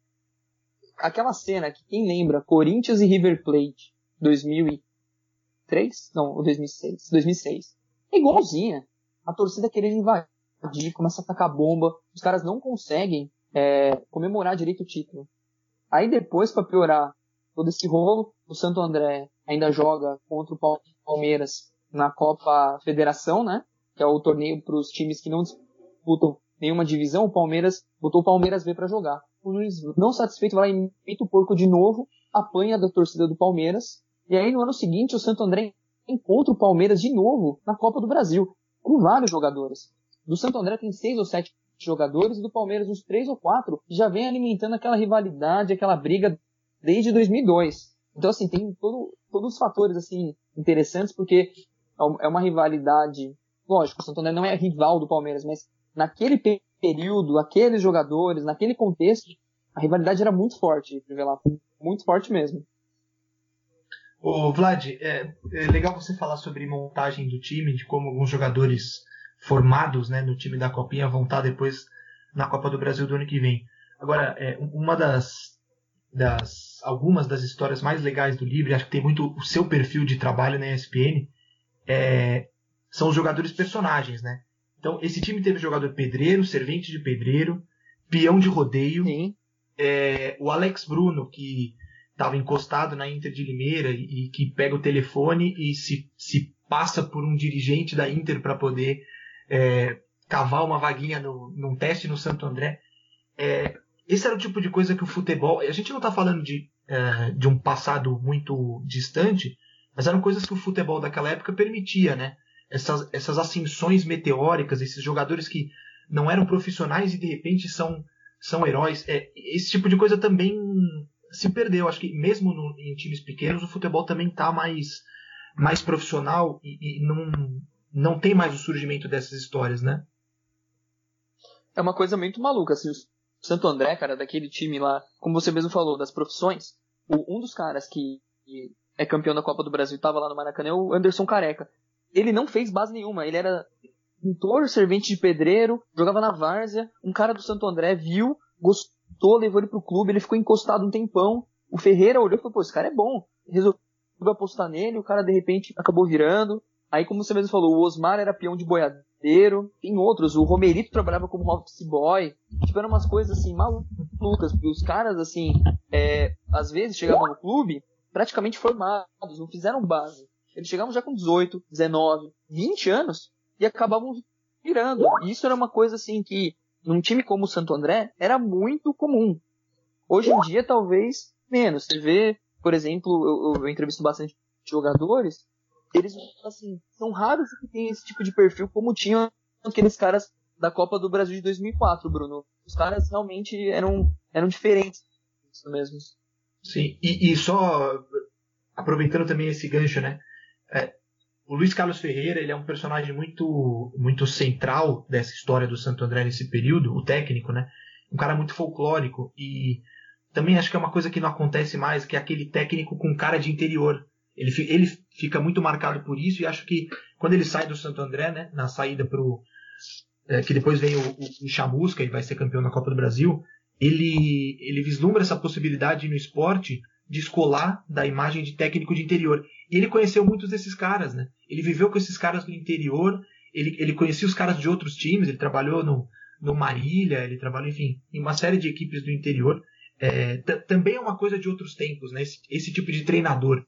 [SPEAKER 6] aquela cena que quem lembra, Corinthians e River Plate, dois mil e três? Não, dois mil e seis. dois mil e seis. É igualzinha. A torcida querendo invadir, começa a atacar bomba, os caras não conseguem é, comemorar direito o título. Aí depois, pra piorar todo esse rolo, o Santo André ainda joga contra o Palmeiras na Copa Federação, né? Que é o torneio para os times que não disputam nenhuma divisão. O Palmeiras botou o Palmeiras B para jogar. O Nunes, não satisfeito, vai lá e imita o Porco de novo, apanha da torcida do Palmeiras. E aí no ano seguinte o Santo André encontra o Palmeiras de novo na Copa do Brasil, com vários jogadores. Do Santo André tem seis ou sete jogadores, e do Palmeiras uns três ou quatro, que já vem alimentando aquela rivalidade, aquela briga desde dois mil e dois. Então assim, tem todo, todos os fatores assim interessantes, porque é uma rivalidade. Lógico, o Santo André não é rival do Palmeiras, mas naquele período, aqueles jogadores, naquele contexto, a rivalidade era muito forte, muito forte mesmo.
[SPEAKER 5] Ô Vlad, é, é legal você falar sobre montagem do time, de como alguns jogadores formados, né, no time da Copinha vão estar depois na Copa do Brasil do ano que vem. Agora, é, uma das, das algumas das histórias mais legais do livro, acho que tem muito o seu perfil de trabalho na E S P N, é, são os jogadores personagens, né? Então, esse time teve jogador pedreiro, servente de pedreiro, peão de rodeio, é, o Alex Bruno, que estava encostado na Inter de Limeira e, e que pega o telefone e se, se passa por um dirigente da Inter para poder é, cavar uma vaguinha no, num teste no Santo André. É, esse era o tipo de coisa que o futebol... A gente não está falando de, é, de um passado muito distante, mas eram coisas que o futebol daquela época permitia, né? Essas, essas ascensões meteóricas, esses jogadores que não eram profissionais e de repente são, são heróis. É, esse tipo de coisa também se perdeu. Acho que mesmo no, em times pequenos o futebol também está mais, mais profissional e, e não, não tem mais o surgimento dessas histórias, né?
[SPEAKER 6] É uma coisa muito maluca. Assim, o Santo André, cara, daquele time lá, como você mesmo falou, das profissões, o, um dos caras que é campeão da Copa do Brasil, estava lá no Maracanã, é o Anderson Careca. Ele não fez base nenhuma, ele era pintor, servente de pedreiro, jogava na várzea, um cara do Santo André viu, gostou, levou ele pro clube, ele ficou encostado um tempão, o Ferreira olhou e falou, pô, esse cara é bom, resolveu apostar nele, o cara de repente acabou virando, aí como você mesmo falou, o Osmar era peão de boiadeiro, tem outros, o Romerito trabalhava como office boy, tipo, eram umas coisas assim, malucas, porque os caras assim, é, às vezes chegavam no clube praticamente formados, não fizeram base. Eles chegavam já com dezoito, dezenove, vinte anos e acabavam virando. E isso era uma coisa assim que, num time como o Santo André, era muito comum. Hoje em dia, talvez, menos. Você vê, por exemplo, eu, eu entrevisto bastante jogadores, eles assim, são raros que tem esse tipo de perfil como tinham aqueles caras da Copa do Brasil de dois mil e quatro, Bruno. Os caras realmente eram, eram diferentes. Isso mesmo.
[SPEAKER 5] Sim, e, e só aproveitando também esse gancho, né? É, o Luiz Carlos Ferreira, ele é um personagem muito, muito central dessa história do Santo André nesse período, o técnico, né? Um cara muito folclórico e também acho que é uma coisa que não acontece mais, que é aquele técnico com cara de interior. Ele, ele fica muito marcado por isso e acho que quando ele sai do Santo André, né, na saída pro é, que depois vem o, o, o Chamusca e vai ser campeão da Copa do Brasil, ele, ele vislumbra essa possibilidade no esporte descolar da imagem de técnico de interior. E ele conheceu muitos desses caras, né? Ele viveu com esses caras do interior, ele, ele conhecia os caras de outros times, ele trabalhou no, no Marília, ele trabalhou, enfim, em uma série de equipes do interior. É, t- também é uma coisa de outros tempos, né? Esse, esse tipo de treinador.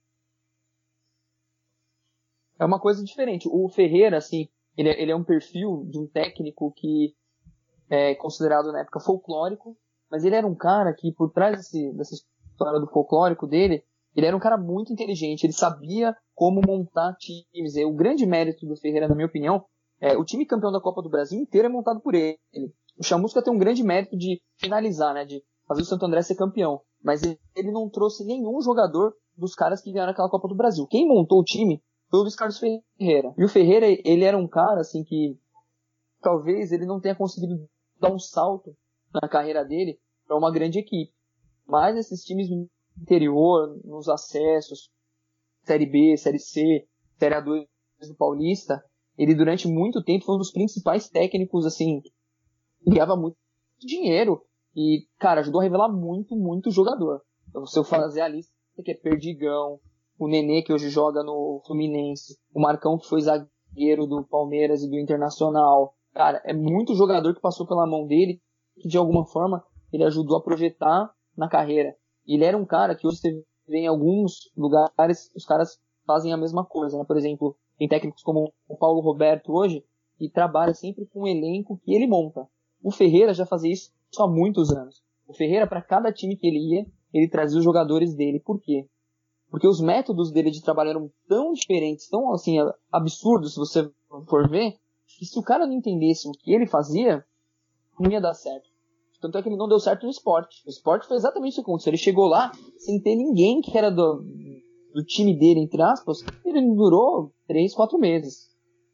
[SPEAKER 6] É uma coisa diferente. O Ferreira, assim, ele, é- ele é um perfil de um técnico que é considerado na época folclórico, mas ele era um cara que, por trás desse, dessa história do folclórico dele, ele era um cara muito inteligente, ele sabia como montar times. E o grande mérito do Ferreira, na minha opinião, é o time campeão da Copa do Brasil inteiro é montado por ele. O Chamusca tem um grande mérito de finalizar, né, de fazer o Santo André ser campeão, mas ele, ele não trouxe nenhum jogador dos caras que ganharam aquela Copa do Brasil. Quem montou o time foi o Luiz Carlos Ferreira. E o Ferreira, ele era um cara, assim, que talvez ele não tenha conseguido dar um salto na carreira dele para uma grande equipe. Mas esses times no interior, nos acessos, Série B, Série C, Série A dois do Paulista, ele durante muito tempo foi um dos principais técnicos, assim, ganhava muito dinheiro e, cara, ajudou a revelar muito, muito jogador. Então, se eu fazer a lista, que é Perdigão, o Nenê, que hoje joga no Fluminense, o Marcão, que foi zagueiro do Palmeiras e do Internacional. Cara, é muito jogador que passou pela mão dele, que de alguma forma ele ajudou a projetar na carreira. E ele era um cara que hoje você vê em alguns lugares, os caras fazem a mesma coisa, né? Por exemplo, tem técnicos como o Paulo Roberto hoje, que trabalha sempre com um elenco que ele monta. O Ferreira já fazia isso há muitos anos. O Ferreira, para cada time que ele ia, ele trazia os jogadores dele. Por quê? Porque os métodos dele de trabalho eram tão diferentes, tão assim, absurdos, se você for ver, que se o cara não entendesse o que ele fazia, não ia dar certo. Tanto é que ele não deu certo no esporte. O esporte foi exatamente isso que aconteceu. Ele chegou lá sem ter ninguém que era do, do time dele, entre aspas, e ele durou três, quatro meses.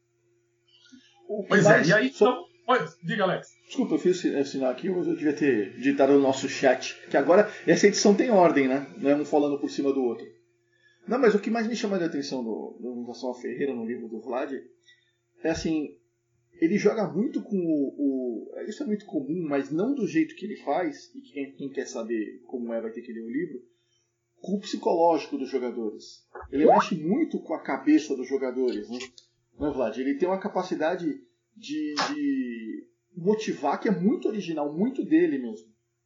[SPEAKER 3] Pois é, e aí então... Oi, diga, Alex.
[SPEAKER 4] Desculpa, eu fiz assinar aqui, mas eu devia ter digitado no nosso chat. Que agora essa edição tem ordem, né? Não é um falando por cima do outro. Não, mas o que mais me chama a atenção no, no, em relação a Ferreira no livro do Vlad é assim, ele joga muito com o, o... Isso é muito comum, mas não do jeito que ele faz, e quem, quem quer saber como é vai ter que ler o livro, com o psicológico dos jogadores. Ele mexe muito com a cabeça dos jogadores, né? Não é, Vlad? Ele tem uma capacidade de, de motivar que é muito original, muito dele mesmo.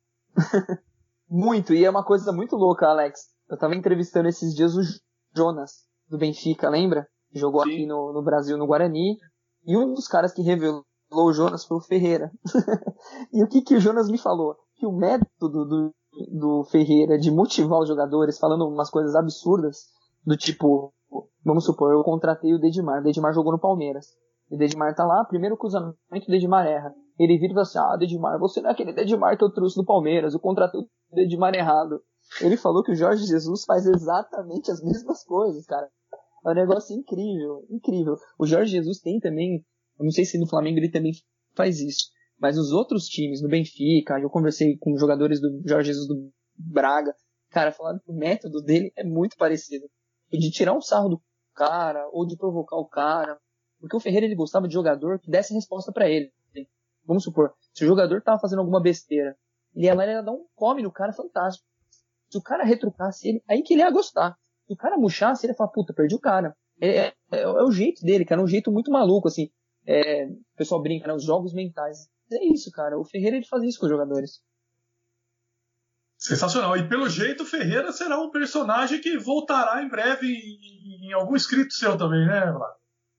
[SPEAKER 6] Muito, e é uma coisa muito louca, Alex. Eu tava entrevistando esses dias o Jonas, do Benfica, lembra? Jogou Sim. aqui no, no Brasil, no Guarani. E um dos caras que revelou o Jonas foi o Ferreira. E o que, que o Jonas me falou? Que o método do, do Ferreira de motivar os jogadores, falando umas coisas absurdas, do tipo, vamos supor, eu contratei o Dedimar. O Dedimar jogou no Palmeiras. E o Dedimar tá lá, primeiro cruzamento, o Dedimar erra. Ele vira e fala assim, ah, Dedimar, você não é aquele Dedimar que eu trouxe do Palmeiras, eu contratei o Dedimar errado. Ele falou que o Jorge Jesus faz exatamente as mesmas coisas, cara. É um negócio incrível, incrível. O Jorge Jesus tem também, eu não sei se no Flamengo ele também faz isso, mas os outros times, no Benfica, eu conversei com jogadores do Jorge Jesus do Braga, cara, falaram que o método dele é muito parecido. De tirar um sarro do cara, ou de provocar o cara, porque o Ferreira ele gostava de jogador que desse resposta pra ele. Vamos supor, se o jogador tava fazendo alguma besteira, ele ia lá e ia dar um come no cara fantástico. Se o cara retrucasse ele, aí que ele ia gostar. Se o cara murchasse, ele ia falar, puta, perdi o cara. É, é, é o jeito dele, cara, é um jeito muito maluco, assim. É, o pessoal brinca, né, os jogos mentais. É isso, cara, o Ferreira ele faz isso com os jogadores.
[SPEAKER 3] Sensacional. E pelo jeito, o Ferreira será um personagem que voltará em breve em, em algum escrito seu também, né, Vlad?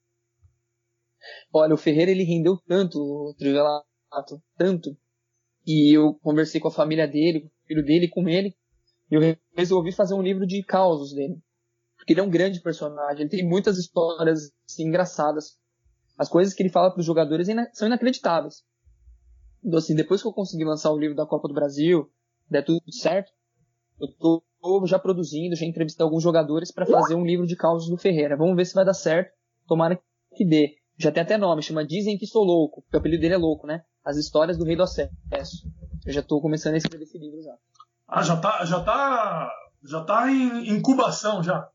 [SPEAKER 6] Olha, o Ferreira ele rendeu tanto, o Trivelato, tanto, e eu conversei com a família dele, com o filho dele, com ele, e eu resolvi fazer um livro de causos dele. Porque ele é um grande personagem, ele tem muitas histórias assim, engraçadas. As coisas que ele fala para os jogadores são inacreditáveis. Então, assim, depois que eu conseguir lançar o livro da Copa do Brasil, der tudo certo, eu tô já produzindo, já entrevistei alguns jogadores para fazer um livro de causos do Ferreira. Vamos ver se vai dar certo, tomara que dê. Já tem até nome, chama Dizem Que Sou Louco, porque o apelido dele é louco, né? As histórias do Rei do Acesso. Eu já tô começando a escrever esse livro já.
[SPEAKER 3] Ah, já tá, já tá, já tá em incubação já.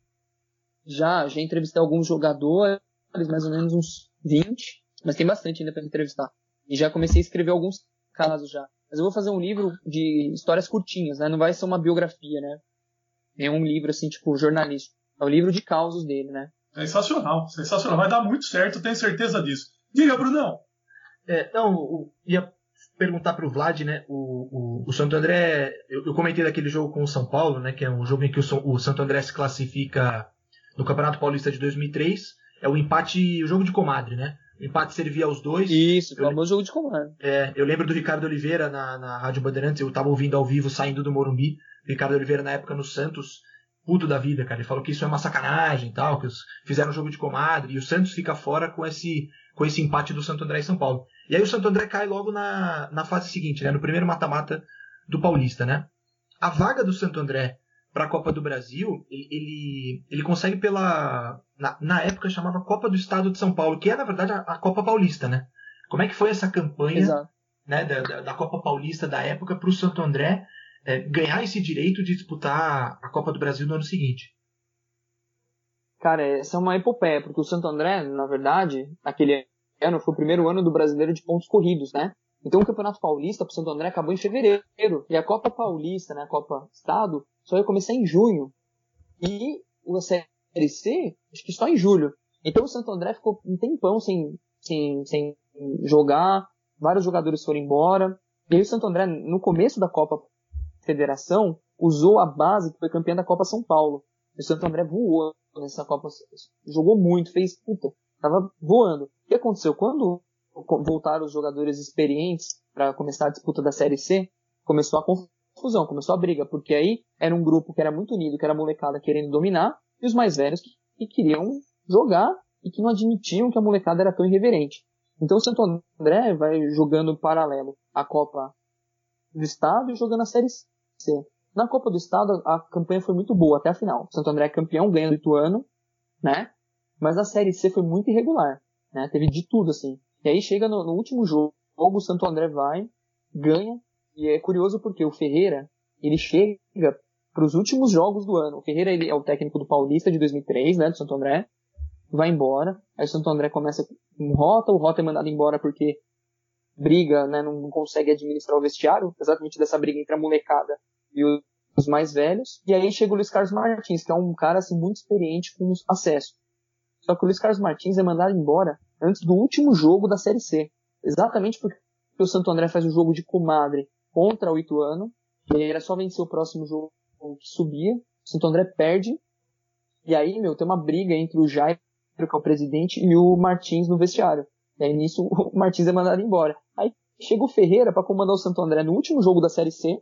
[SPEAKER 6] Já, já entrevistei alguns jogadores, mais ou menos uns vinte, mas tem bastante ainda para entrevistar. E já comecei a escrever alguns casos já. mas eu vou fazer um livro de histórias curtinhas, né? Não vai ser uma biografia, né? É um livro, assim, tipo, jornalístico. É um livro de causos dele, né?
[SPEAKER 3] Sensacional, sensacional. Vai dar muito certo, tenho certeza disso. Diga, Brunão.
[SPEAKER 5] É, não, eu ia perguntar para o Vlad, né? O, o, o Santo André, eu, eu comentei daquele jogo com o São Paulo, né? Que é um jogo em que o, o Santo André se classifica no Campeonato Paulista de dois mil e três. É o empate, o jogo de comadre, né? O empate servia aos dois.
[SPEAKER 6] Isso, o
[SPEAKER 5] eu,
[SPEAKER 6] famoso jogo de comadre.
[SPEAKER 5] É, eu lembro do Ricardo Oliveira na, na Rádio Bandeirantes, eu estava ouvindo ao vivo saindo do Morumbi. Ricardo Oliveira, na época, no Santos, puto da vida, cara. Ele falou que isso é uma sacanagem e tal, que os, fizeram um jogo de comadre, e o Santos fica fora com esse, com esse empate do Santo André e São Paulo. E aí o Santo André cai logo na, na fase seguinte, né? No primeiro mata-mata do Paulista, né? A vaga do Santo André para a Copa do Brasil, ele, ele, ele consegue pela... Na, na época chamava Copa do Estado de São Paulo, que é, na verdade, a, a Copa Paulista, né? Como é que foi essa campanha, né, da, da, da Copa Paulista da época para o Santo André é, ganhar esse direito de disputar a Copa do Brasil no ano seguinte?
[SPEAKER 6] Cara, essa é uma epopeia, porque o Santo André, na verdade, naquele ano, foi o primeiro ano do brasileiro de pontos corridos, né? Então o Campeonato Paulista para o Santo André acabou em fevereiro. E a Copa Paulista, né, a Copa Estado, só ia começar em junho. E a Série C, acho que só em julho. Então o Santo André ficou um tempão sem, sem, sem jogar, vários jogadores foram embora. E aí o Santo André, no começo da Copa Federação, usou a base que foi campeã da Copa São Paulo. E o Santo André voou nessa Copa, jogou muito, fez, puta, tava voando. O que aconteceu? Quando voltaram os jogadores experientes para começar a disputa da Série C, começou a confusão, começou a briga, porque aí era um grupo que era muito unido, que era a molecada querendo dominar, e os mais velhos que, que queriam jogar e que não admitiam que a molecada era tão irreverente. Então o Santo André vai jogando em paralelo a Copa do Estado e jogando a Série C. Na Copa do Estado a campanha foi muito boa até a final. O Santo André é campeão, ganha do Ituano, né? Mas a Série C foi muito irregular, né? Teve de tudo, assim. E aí chega no, no último jogo, o Santo André vai, ganha, e é curioso porque o Ferreira, ele chega para os últimos jogos do ano. O Ferreira, ele é o técnico do Paulista de dois mil e três, né, do Santo André, vai embora, aí o Santo André começa com o Rota, o Rota é mandado embora porque briga, né, não consegue administrar o vestiário, exatamente dessa briga entre a molecada e os mais velhos, e aí chega o Luiz Carlos Martins, que é um cara assim, muito experiente com acesso. Só que o Luiz Carlos Martins é mandado embora antes do último jogo da Série C. Exatamente porque o Santo André faz o jogo de comadre contra o Ituano, e era só vencer o próximo jogo que subia. O Santo André perde, e aí, meu, tem uma briga entre o Jair, que é o presidente, e o Martins no vestiário. E aí nisso o Martins é mandado embora. Aí chega o Ferreira para comandar o Santo André no último jogo da Série C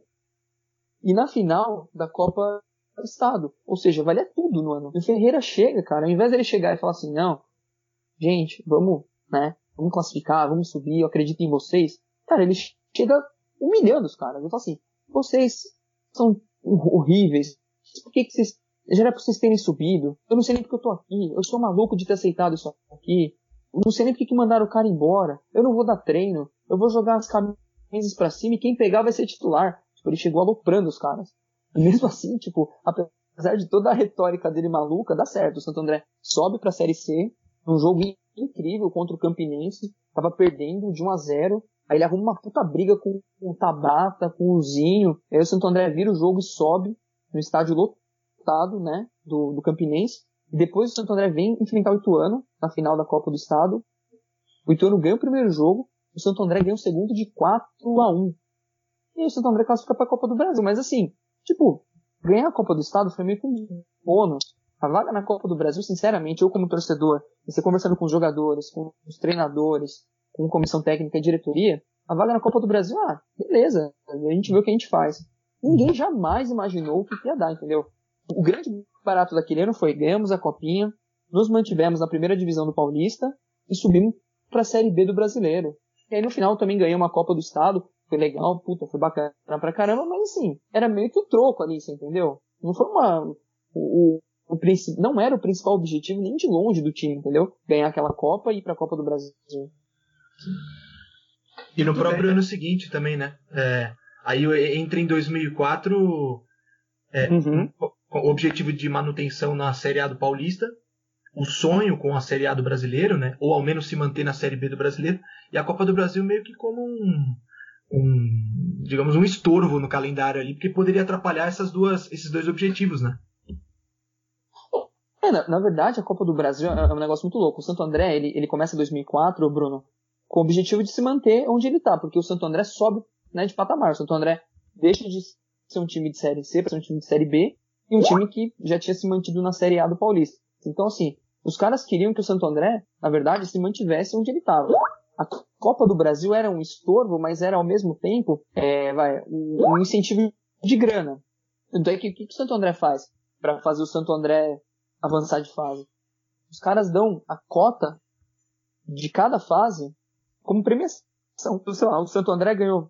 [SPEAKER 6] e na final da Copa do Estado. Ou seja, valia tudo no ano. E o Ferreira chega, cara, ao invés dele chegar e falar assim, não, gente, vamos, né, vamos classificar, vamos subir, eu acredito em vocês. Cara, ele chega humilhando os caras. Ele fala assim, vocês são horríveis, por que que vocês, já era pra vocês terem subido, eu não sei nem porque eu tô aqui, eu sou maluco de ter aceitado isso aqui, eu não sei nem porque que mandaram o cara embora, eu não vou dar treino, eu vou jogar as camisas pra cima e quem pegar vai ser titular. Tipo, ele chegou aloprando os caras. E mesmo assim, tipo, apesar de toda a retórica dele maluca, dá certo. O Santo André sobe pra Série C, num jogo incrível contra o Campinense, tava perdendo de um a zero, aí ele arruma uma puta briga com, com o Tabata, com o Zinho, aí o Santo André vira o jogo e sobe no estádio lotado, né, do, do Campinense, e depois o Santo André vem enfrentar o Ituano, na final da Copa do Estado. O Ituano ganha o primeiro jogo, o Santo André ganha o segundo de quatro a um. E aí o Santo André classifica pra Copa do Brasil, mas assim, tipo, ganhar a Copa do Estado foi meio que um bônus. A vaga na Copa do Brasil, sinceramente, eu como torcedor, você conversando com os jogadores, com os treinadores, com a comissão técnica e diretoria, a vaga na Copa do Brasil, ah, beleza, a gente vê o que a gente faz. Ninguém jamais imaginou o que ia dar, entendeu? O grande barato daquele ano foi, ganhamos a Copinha, nos mantivemos na primeira divisão do Paulista e subimos pra Série B do Brasileiro. E aí no final também ganhei uma Copa do Estado, foi legal, puta, foi bacana pra caramba, mas assim, era meio que o troco ali, você entendeu? Não foi uma... O, o, o princi... Não era o principal objetivo nem de longe do time, entendeu? Ganhar aquela Copa e ir pra Copa do Brasil.
[SPEAKER 5] E no próprio ano seguinte também, né? É, aí entra em dois mil e quatro é,
[SPEAKER 6] uhum.
[SPEAKER 5] o objetivo de manutenção na Série A do Paulista, o sonho com a Série A do Brasileiro, né? Ou ao menos se manter na Série B do Brasileiro, e a Copa do Brasil meio que como um, um, digamos, um estorvo no calendário ali, porque poderia atrapalhar essas duas, esses dois objetivos, né?
[SPEAKER 6] É, na, na verdade, a Copa do Brasil é um negócio muito louco. O Santo André, ele, ele começa em dois mil e quatro, Bruno, com o objetivo de se manter onde ele está, porque o Santo André sobe, né, de patamar. O Santo André deixa de ser um time de Série C para ser um time de Série B, e um time que já tinha se mantido na Série A do Paulista. Então, assim, os caras queriam que o Santo André, na verdade, se mantivesse onde ele estava. A Copa do Brasil era um estorvo, mas era, ao mesmo tempo, é, vai, um, um incentivo de grana. Então, o que, que o Santo André faz para fazer o Santo André avançar de fase? Os caras dão a cota de cada fase como premiação. Sei lá, o Santo André ganhou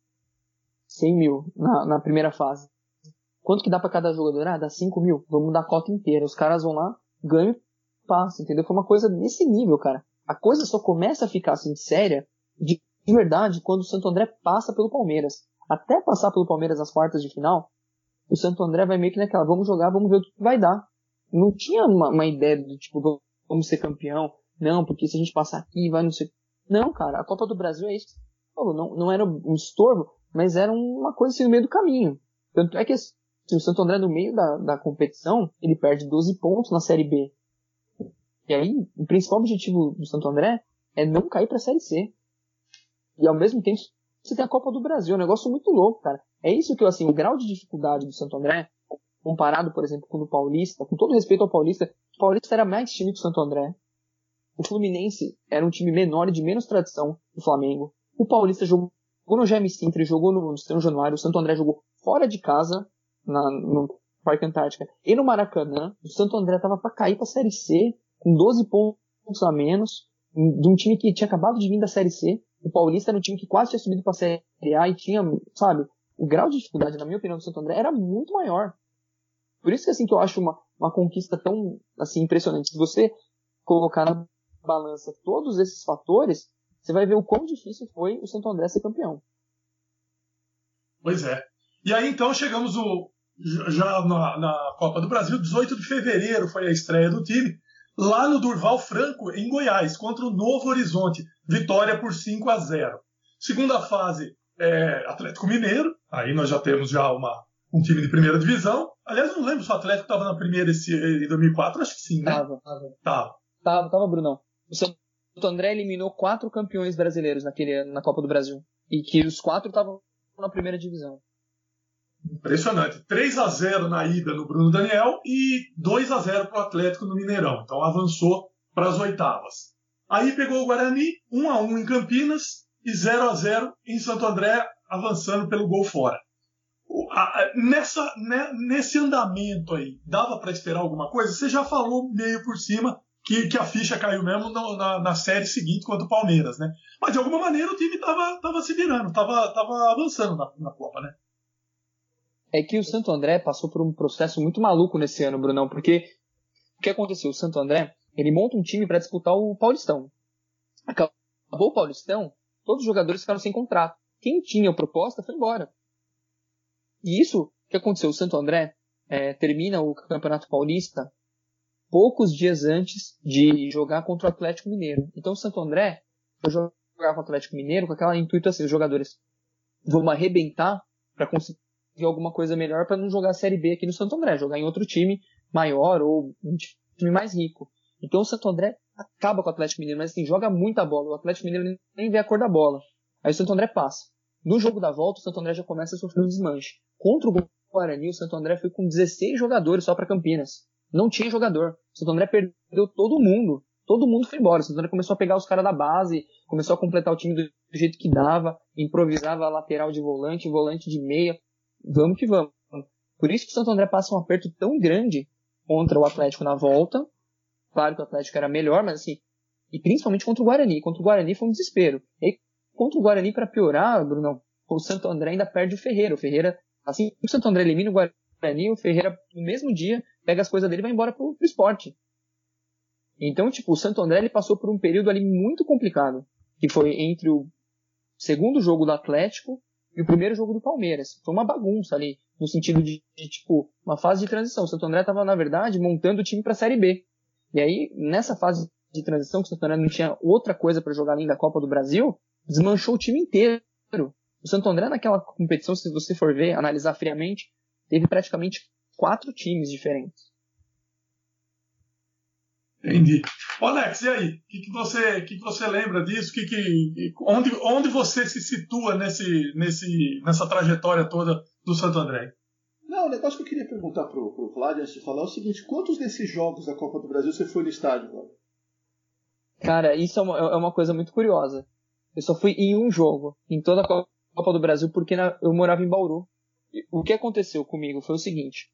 [SPEAKER 6] cem mil na, na primeira fase. Quanto que dá pra cada jogador? Ah, dá cinco mil. Vamos dar a cota inteira. Os caras vão lá, ganham, passam, entendeu? Foi uma coisa nesse nível, cara. A coisa só começa a ficar assim séria, de, de verdade, quando o Santo André passa pelo Palmeiras. Até passar pelo Palmeiras nas quartas de final, o Santo André vai meio que naquela, vamos jogar, vamos ver o que vai dar. Não tinha uma, uma ideia do tipo, vamos ser campeão. Não, porque se a gente passar aqui, vai não ser... Não, cara, a Copa do Brasil é isso. Não, não era um estorvo, mas era uma coisa assim no meio do caminho. Tanto é que assim, o Santo André, no meio da, da competição, ele perde doze pontos na Série B. E aí, o principal objetivo do Santo André é não cair pra Série C. E ao mesmo tempo, você tem a Copa do Brasil. É um negócio muito louco, cara. É isso que, assim, o grau de dificuldade do Santo André, comparado, por exemplo, com o Paulista, com todo respeito ao Paulista, o Paulista era mais time que o Santo André. O Fluminense era um time menor e de menos tradição do Flamengo. O Paulista jogou no Jaime Sintra, jogou no São Januário. O Santo André jogou fora de casa, na, no Parque Antártica e no Maracanã. O Santo André tava pra cair pra Série C, com doze pontos a menos, de um time que tinha acabado de vir da Série C. O Paulista era um time que quase tinha subido pra Série A e tinha, sabe, o grau de dificuldade, na minha opinião, do Santo André era muito maior. Por isso que, assim, que eu acho uma, uma conquista tão, assim, impressionante. Se você colocar na balança todos esses fatores, você vai ver o quão difícil foi o Santo André ser campeão.
[SPEAKER 3] Pois é. E aí, então, chegamos o, já na, na Copa do Brasil, dezoito de fevereiro foi a estreia do time, lá no Durval Franco, em Goiás, contra o Novo Horizonte. Vitória por cinco a zero. Segunda fase, é, Atlético Mineiro. Aí nós já temos já uma, um time de primeira divisão. Aliás, eu não lembro se o Atlético estava na primeira esse, em dois mil e quatro, acho que sim, né?
[SPEAKER 6] Tava, tava.
[SPEAKER 3] Tava.
[SPEAKER 6] Tava, tava, Brunão. O Santo André eliminou quatro campeões brasileiros naquele ano, na Copa do Brasil. E que os quatro estavam na primeira divisão.
[SPEAKER 3] Impressionante. três a zero na ida no Bruno Daniel e dois a zero para o Atlético no Mineirão. Então avançou para as oitavas. Aí pegou o Guarani, um a um em Campinas e zero a zero em Santo André, avançando pelo gol fora. Nessa, nesse andamento aí, dava para esperar alguma coisa? Você já falou meio por cima que, que a ficha caiu mesmo na, na, na série seguinte contra o Palmeiras, né? Mas de alguma maneira o time estava tava se virando, estava tava avançando na, na Copa, né?
[SPEAKER 6] É que o Santo André passou por um processo muito maluco nesse ano, Brunão, porque o que aconteceu? O Santo André, ele monta um time para disputar o Paulistão. Acabou o Paulistão, todos os jogadores ficaram sem contrato. Quem tinha proposta foi embora. E isso, o que aconteceu? O Santo André é, termina o Campeonato Paulista poucos dias antes de jogar contra o Atlético Mineiro. Então o Santo André foi jogar com o Atlético Mineiro com aquela intuito assim, os jogadores vão arrebentar para conseguir alguma coisa melhor para não jogar a Série B aqui no Santo André, jogar em outro time maior ou um time mais rico. Então o Santo André acaba com o Atlético Mineiro, mas assim, joga muita bola. O Atlético Mineiro nem vê a cor da bola. Aí o Santo André passa. No jogo da volta, o Santo André já começa a sofrer um desmanche. Contra o Guarani, o Santo André foi com dezesseis jogadores só para Campinas. Não tinha jogador. O Santo André perdeu todo mundo. Todo mundo foi embora. O Santo André começou a pegar os caras da base, começou a completar o time do jeito que dava, improvisava a lateral de volante, volante de meia. Vamos que vamos. Por isso que o Santo André passa um aperto tão grande contra o Atlético na volta. Claro que o Atlético era melhor, mas assim, e principalmente contra o Guarani. Contra o Guarani foi um desespero. E aí, contra o Guarani, para piorar, Bruno, o Santo André ainda perde o Ferreira. O Ferreira, assim que o Santo André elimina o Guarani, o Ferreira, no mesmo dia, pega as coisas dele e vai embora pro, pro Sport. Então, tipo, o Santo André ele passou por um período ali muito complicado, que foi entre o segundo jogo do Atlético e o primeiro jogo do Palmeiras. Foi uma bagunça ali, no sentido de, de tipo, uma fase de transição. O Santo André estava, na verdade, montando o time para a Série B. E aí, nessa fase de transição, que o Santo André não tinha outra coisa para jogar além da Copa do Brasil, desmanchou o time inteiro. O Santo André naquela competição, se você for ver, analisar friamente, teve praticamente quatro times diferentes.
[SPEAKER 3] Entendi. Ô Alex, e aí? O que, que, você, que, que você lembra disso? Que, que, onde, onde você se situa nesse, nesse, nessa trajetória toda do Santo André?
[SPEAKER 4] Não, o negócio que eu queria perguntar pro, pro Vlad antes de falar é o seguinte: quantos desses jogos da Copa do Brasil você foi no estádio, Vlad?
[SPEAKER 6] Cara, isso é uma, é uma coisa muito curiosa. Eu só fui em um jogo, em toda a Copa do Brasil, porque na, eu morava em Bauru. O que aconteceu comigo foi o seguinte.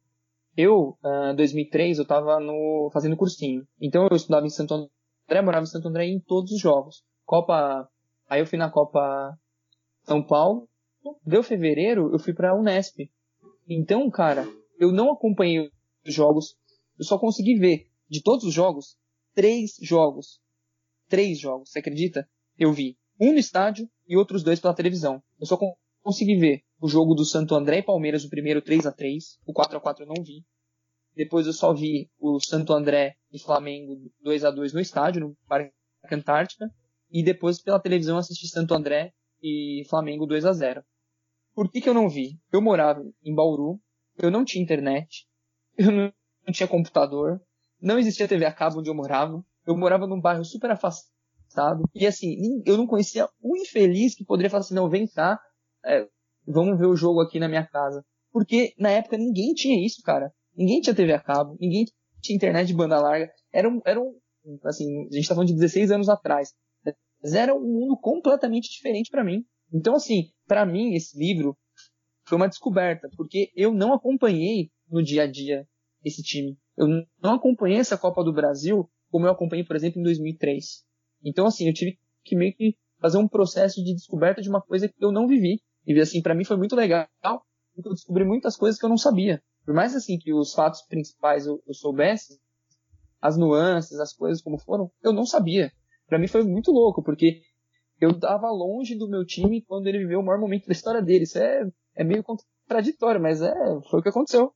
[SPEAKER 6] Eu, em uh, dois mil e três, eu tava no, fazendo cursinho. Então eu estudava em Santo André, morava em Santo André em todos os jogos. Copa, aí eu fui na Copa São Paulo. Deu fevereiro, eu fui pra Unesp. Então, cara, eu não acompanhei os jogos. Eu só consegui ver, de todos os jogos, três jogos. Três jogos, você acredita? Eu vi um no estádio e outros dois pela televisão. Eu só consegui ver o jogo do Santo André e Palmeiras, o primeiro três a três. O quatro a quatro eu não vi. Depois eu só vi o Santo André e Flamengo dois a dois no estádio, no Parque Antártica. E depois pela televisão assisti Santo André e Flamengo dois a zero. Por que que eu não vi? Eu morava em Bauru, eu não tinha internet, eu não tinha computador, não existia T V a cabo onde eu morava, eu morava num bairro super afastado, e assim, eu não conhecia um infeliz que poderia falar assim, não, vem cá, é, vamos ver o jogo aqui na minha casa. Porque na época ninguém tinha isso, cara. Ninguém tinha T V a cabo, ninguém tinha internet de banda larga. Era um, era um assim, a gente tá falando de dezesseis anos atrás. Mas era um mundo completamente diferente pra mim. Então, assim, pra mim, esse livro foi uma descoberta, porque eu não acompanhei no dia a dia esse time. Eu não acompanhei essa Copa do Brasil como eu acompanhei, por exemplo, em dois mil e três. Então, assim, eu tive que meio que fazer um processo de descoberta de uma coisa que eu não vivi. E, assim, pra mim foi muito legal, porque eu descobri muitas coisas que eu não sabia. Por mais, assim, que os fatos principais eu, eu soubesse, as nuances, as coisas como foram, eu não sabia. Pra mim foi muito louco, porque eu tava longe do meu time quando ele viveu o maior momento da história dele. Isso é, é meio contraditório, mas é, foi o que aconteceu.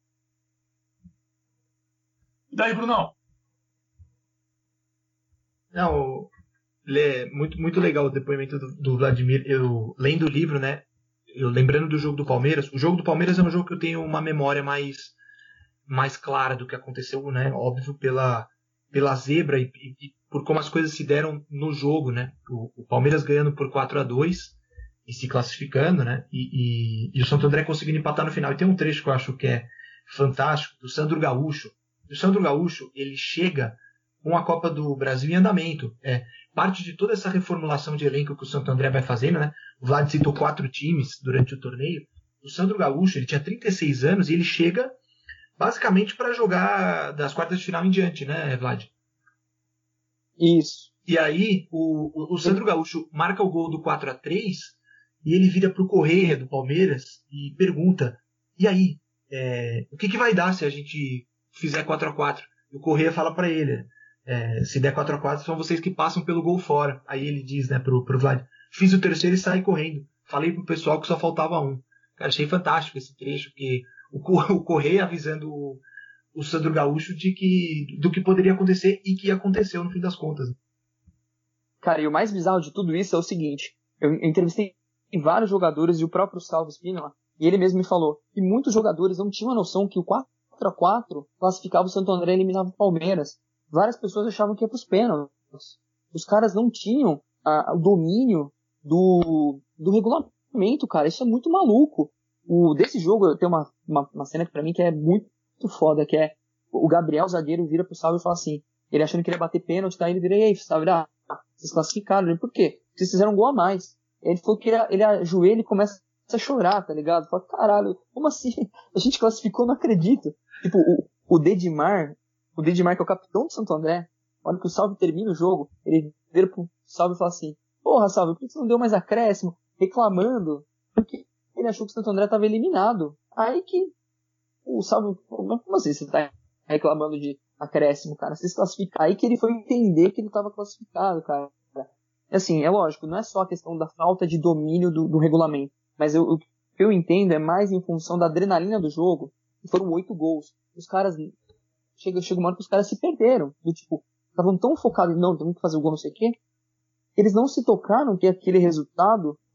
[SPEAKER 3] E daí, Brunão?
[SPEAKER 5] Não, é muito, muito legal o depoimento do, do Vladimir. Eu, lendo o livro, né? Eu lembrando do jogo do Palmeiras. O jogo do Palmeiras é um jogo que eu tenho uma memória mais, mais clara do que aconteceu, né? Óbvio, pela, pela zebra e, e por como as coisas se deram no jogo, né? O, o Palmeiras ganhando por quatro a dois e se classificando, né? E, e, e o Santo André conseguindo empatar no final. E tem um trecho que eu acho que é fantástico, do Sandro Gaúcho. O Sandro Gaúcho, ele chega com a Copa do Brasil em andamento. É, parte de toda essa reformulação de elenco que o Santo André vai fazendo, né? O Vlad citou quatro times durante o torneio. O Sandro Gaúcho, ele tinha trinta e seis anos e ele chega basicamente para jogar das quartas de final em diante, né, Vlad?
[SPEAKER 6] Isso.
[SPEAKER 5] E aí, o, o, o Sandro Gaúcho marca o gol do quatro a três e ele vira pro Correia do Palmeiras e pergunta, e aí, é, o que, que vai dar se a gente fizer quatro a quatro? E o Correia fala para ele, é, se der quatro a quatro são vocês que passam pelo gol fora. Aí ele diz, né, pro, pro Vlad, fiz o terceiro e saí correndo. Falei pro pessoal que só faltava um. Cara, achei fantástico esse trecho, porque o, o Correia avisando o, o Sandro Gaúcho de que, do que poderia acontecer e que aconteceu no fim das contas.
[SPEAKER 6] Cara, e o mais bizarro de tudo isso é o seguinte, eu entrevistei vários jogadores e o próprio Salvo Spínola, e ele mesmo me falou que muitos jogadores não tinham a noção que o quatro a quatro classificava o Santo André e eliminava o Palmeiras. Várias pessoas achavam que ia pros pênaltis. Os caras não tinham a, o domínio do, do regulamento, cara. Isso é muito maluco. O, desse jogo, tem uma, uma, uma cena que pra mim que é muito foda, que é o Gabriel, o zagueiro, vira pro Salvo e fala assim, ele achando que ele ia bater pênalti, tá? Ele vira, e aí, Salvo, ah, vocês classificaram. Ele, por quê? Vocês fizeram um gol a mais. Ele falou que ele, ele ajoelha e começa a chorar, tá ligado? Fala, caralho, como assim? A gente classificou, não acredito. Tipo, o, o Dedimar, o Dedimar que é o capitão do Santo André, olha que o Salve termina o jogo, ele vira pro Salve e fala assim, porra, Salve, por que você não deu mais acréscimo? Reclamando, porque ele achou que o Santo André tava eliminado. Aí que o Salve, como assim você tá reclamando de acréscimo, cara? Você se classifica. Aí que ele foi entender que ele tava classificado, cara. Assim, é lógico, não é só a questão da falta de domínio do, do regulamento, mas eu, o que eu entendo é mais em função da adrenalina do jogo, que foram oito gols. Os caras, chega, chega uma hora que os caras se perderam, do tipo, estavam tão focados em, não, temos que fazer o gol, não sei o quê, eles não se tocaram que aquele resultado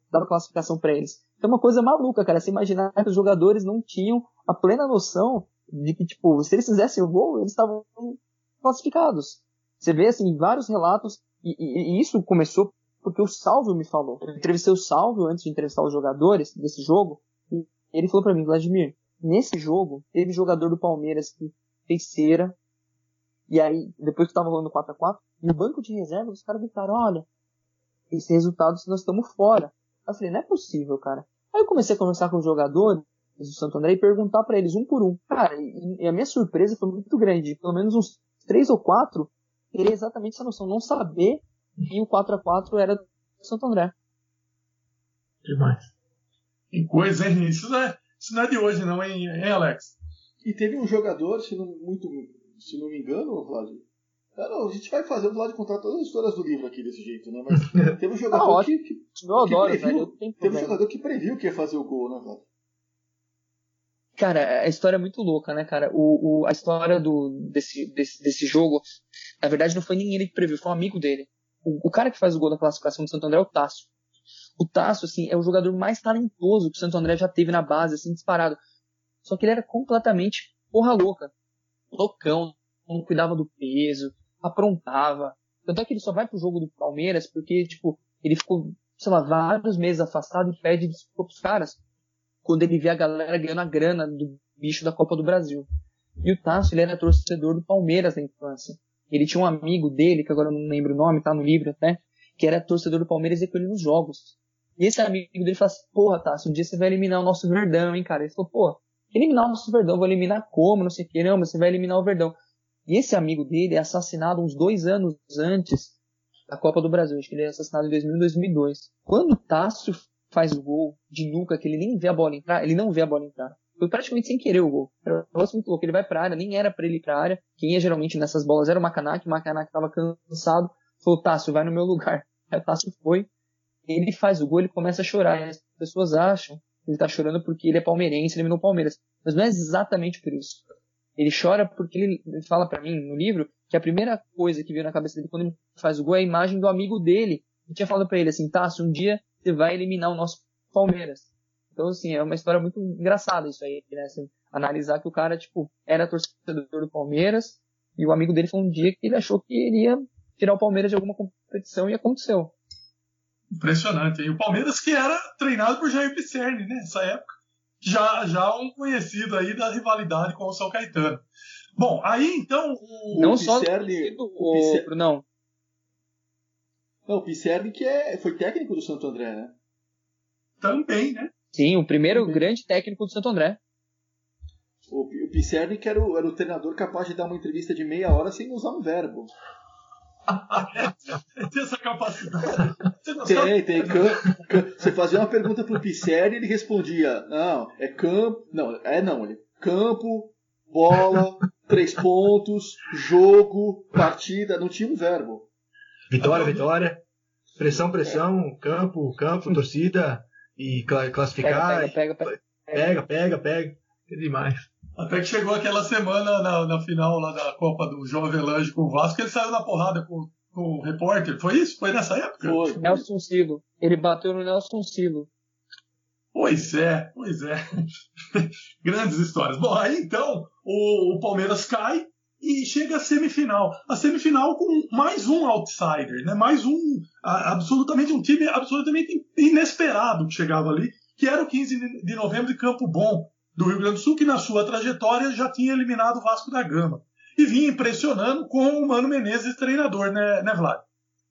[SPEAKER 6] dava classificação para eles. Então é uma coisa maluca, cara. Você imaginar que os jogadores não tinham a plena noção de que, tipo, se eles fizessem o gol, eles estavam classificados. Você vê, assim, vários relatos, e, e, e isso começou porque o Sálvio me falou. Eu entrevistei o Sálvio antes de entrevistar os jogadores desse jogo, e ele falou pra mim, Vladimir, nesse jogo, teve jogador do Palmeiras que fez cera, e aí, depois que tava rolando quatro a quatro, no banco de reserva, os caras gritaram, olha, esse resultado nós estamos fora. Eu falei, não é possível, cara. Aí eu comecei a conversar com os jogadores do Santo André e perguntar pra eles um por um. Cara, e, e a minha surpresa foi muito grande. Pelo menos uns três ou quatro teria exatamente essa noção, não saber que o quatro a quatro era do Santo André.
[SPEAKER 3] Demais. Que coisa, hein? Isso não é, isso não é de hoje, não, hein, hein Alex?
[SPEAKER 4] E teve um jogador, se não, muito, se não me engano, Vlad. Não, a gente vai fazer o Vlad contar todas as histórias do livro aqui desse jeito, né? Mas teve um jogador
[SPEAKER 6] ah,
[SPEAKER 4] que, que,
[SPEAKER 6] eu adoro,
[SPEAKER 4] que previu,
[SPEAKER 6] velho, eu tenho
[SPEAKER 4] teve um jogador que previu que ia fazer o gol, né, Vlad?
[SPEAKER 6] Cara, a história é muito louca, né, cara? O, o, a história do, desse, desse, desse jogo, na verdade, não foi nem ele que previu, foi um amigo dele. O, o cara que faz o gol da classificação do Santo André é o Tássio. O Tássio, assim, é o jogador mais talentoso que o Santo André já teve na base, assim, disparado. Só que ele era completamente porra louca. Loucão, não cuidava do peso, aprontava. Tanto é que ele só vai pro jogo do Palmeiras porque, tipo, ele ficou, sei lá, vários meses afastado e pede desculpa pros caras quando ele vê a galera ganhando a grana do bicho da Copa do Brasil. E o Tássio, ele era torcedor do Palmeiras na infância. Ele tinha um amigo dele, que agora eu não lembro o nome, tá no livro até, que era torcedor do Palmeiras e ia com ele nos jogos. E esse amigo dele falou assim, porra, Tássio, um dia você vai eliminar o nosso Verdão, hein, cara? Ele falou, porra, eliminar o nosso Verdão, vou eliminar como, não sei o que, não, mas você vai eliminar o Verdão. E esse amigo dele é assassinado uns dois anos antes da Copa do Brasil. Acho que ele é assassinado em dois mil, dois mil e dois. Quando o Tássio faz o gol de nuca, que ele nem vê a bola entrar, ele não vê a bola entrar. Foi praticamente sem querer o gol. Era um negócio muito louco. Ele vai pra área, nem era pra ele ir pra área. Quem ia geralmente nessas bolas era o Macanak. O Macanak tava cansado. Falou, Tássio, vai no meu lugar. Aí o Tássio foi. Ele faz o gol, ele começa a chorar. E as pessoas acham que ele tá chorando porque ele é palmeirense, ele eliminou o Palmeiras. Mas não é exatamente por isso. Ele chora porque ele, ele fala pra mim no livro que a primeira coisa que veio na cabeça dele quando ele faz o gol é a imagem do amigo dele. Que tinha falado pra ele assim, Tássio, um dia você vai eliminar o nosso Palmeiras. Então, assim, é uma história muito engraçada isso aí, né? Assim, analisar que o cara, tipo, era torcedor do Palmeiras e o amigo dele foi um dia que ele achou que ele ia tirar o Palmeiras de alguma competição e aconteceu.
[SPEAKER 3] Impressionante. E o Palmeiras que era treinado por Jair Pisserni, né? Nessa época. Já, já um conhecido aí da rivalidade com o São Caetano. Bom, aí então o...
[SPEAKER 6] Não
[SPEAKER 4] o
[SPEAKER 6] só
[SPEAKER 4] Pisserni,
[SPEAKER 6] o,
[SPEAKER 4] o Pisserni,
[SPEAKER 6] o, não.
[SPEAKER 4] Não, o Pisserni que é, foi técnico do Santo André, né?
[SPEAKER 3] Também, né?
[SPEAKER 6] Sim, o primeiro
[SPEAKER 4] Também.
[SPEAKER 6] grande técnico do Santo André.
[SPEAKER 4] O, o Pisserni que era o, era o treinador capaz de dar uma entrevista de meia hora sem usar um verbo.
[SPEAKER 3] Tem essa capacidade.
[SPEAKER 4] Tem, tem. Cam, cam, você fazia uma pergunta pro Pisserni e ele respondia, não, é campo, não, é não, ele, campo, bola, três pontos, jogo, partida, não tinha um verbo.
[SPEAKER 5] Vitória, vitória, pressão, pressão, campo, campo, torcida e classificar.
[SPEAKER 6] Pega, pega, pega.
[SPEAKER 5] Pega, pega, pega. É demais.
[SPEAKER 3] Até que chegou aquela semana na, na final lá da Copa do João Avelange com o Vasco, que ele saiu na porrada com, com o repórter. Foi isso? Foi nessa época?
[SPEAKER 4] Foi.
[SPEAKER 6] Nelson Silo. Ele bateu no Nelson Silo.
[SPEAKER 3] Pois é, pois é. Grandes histórias. Bom, aí então o, o Palmeiras cai e chega à semifinal. A semifinal com mais um outsider, né? Mais um, a, absolutamente um time absolutamente inesperado que chegava ali, que era o quinze de novembro de Campo Bom, do Rio Grande do Sul, que na sua trajetória já tinha eliminado o Vasco da Gama. E vinha impressionando com o Mano Menezes treinador, né, né Vlad?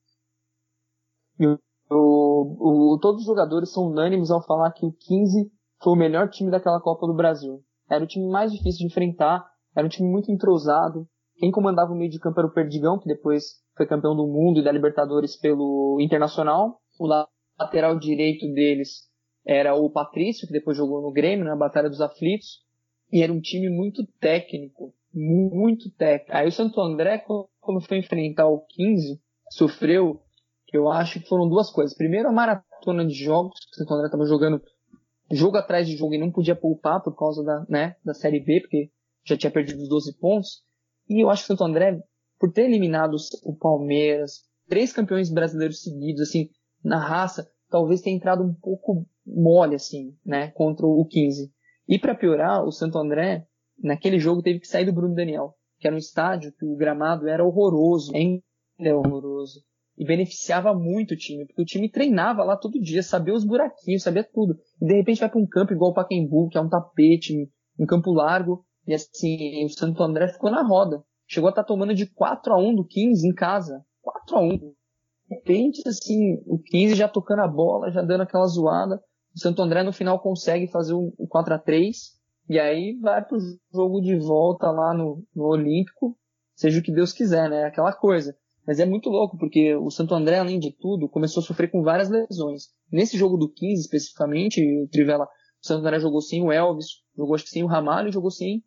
[SPEAKER 6] O, o, todos os jogadores são unânimes ao falar que o quinze foi o melhor time daquela Copa do Brasil. Era o time mais difícil de enfrentar, era um time muito entrosado. Quem comandava o meio de campo era o Perdigão, que depois foi campeão do mundo e da Libertadores pelo Internacional. O lateral direito deles era o Patrício, que depois jogou no Grêmio, na Batalha dos Aflitos. E era um time muito técnico, muito técnico. Aí o Santo André, quando foi enfrentar o quinze, sofreu, que eu acho que foram duas coisas. Primeiro, a maratona de jogos, que o Santo André estava jogando jogo atrás de jogo e não podia poupar por causa da, né, da Série B, porque já tinha perdido os doze pontos. E eu acho que o Santo André, por ter eliminado o Palmeiras, três campeões brasileiros seguidos, assim, na raça, talvez tenha entrado um pouco mole, assim, né, contra o quinze. E para piorar, o Santo André, naquele jogo, teve que sair do Bruno Daniel, que era um estádio que o gramado era horroroso, ainda é horroroso, e beneficiava muito o time, porque o time treinava lá todo dia, sabia os buraquinhos, sabia tudo. E de repente vai para um campo igual o Pacaembu, que é um tapete, um campo largo, e assim, o Santo André ficou na roda. Chegou a estar tomando de quatro a um do quinze em casa. quatro a um. De repente, assim, o quinze já tocando a bola, já dando aquela zoada. O Santo André no final consegue fazer o quatro a três. E aí vai pro jogo de volta lá no, no Olímpico. Seja o que Deus quiser, né? Aquela coisa. Mas é muito louco, porque o Santo André, além de tudo, começou a sofrer com várias lesões. Nesse jogo do quinze, especificamente, o Trivela, o Santo André jogou sem o Elvis, jogou acho que sem o Ramalho e jogou sem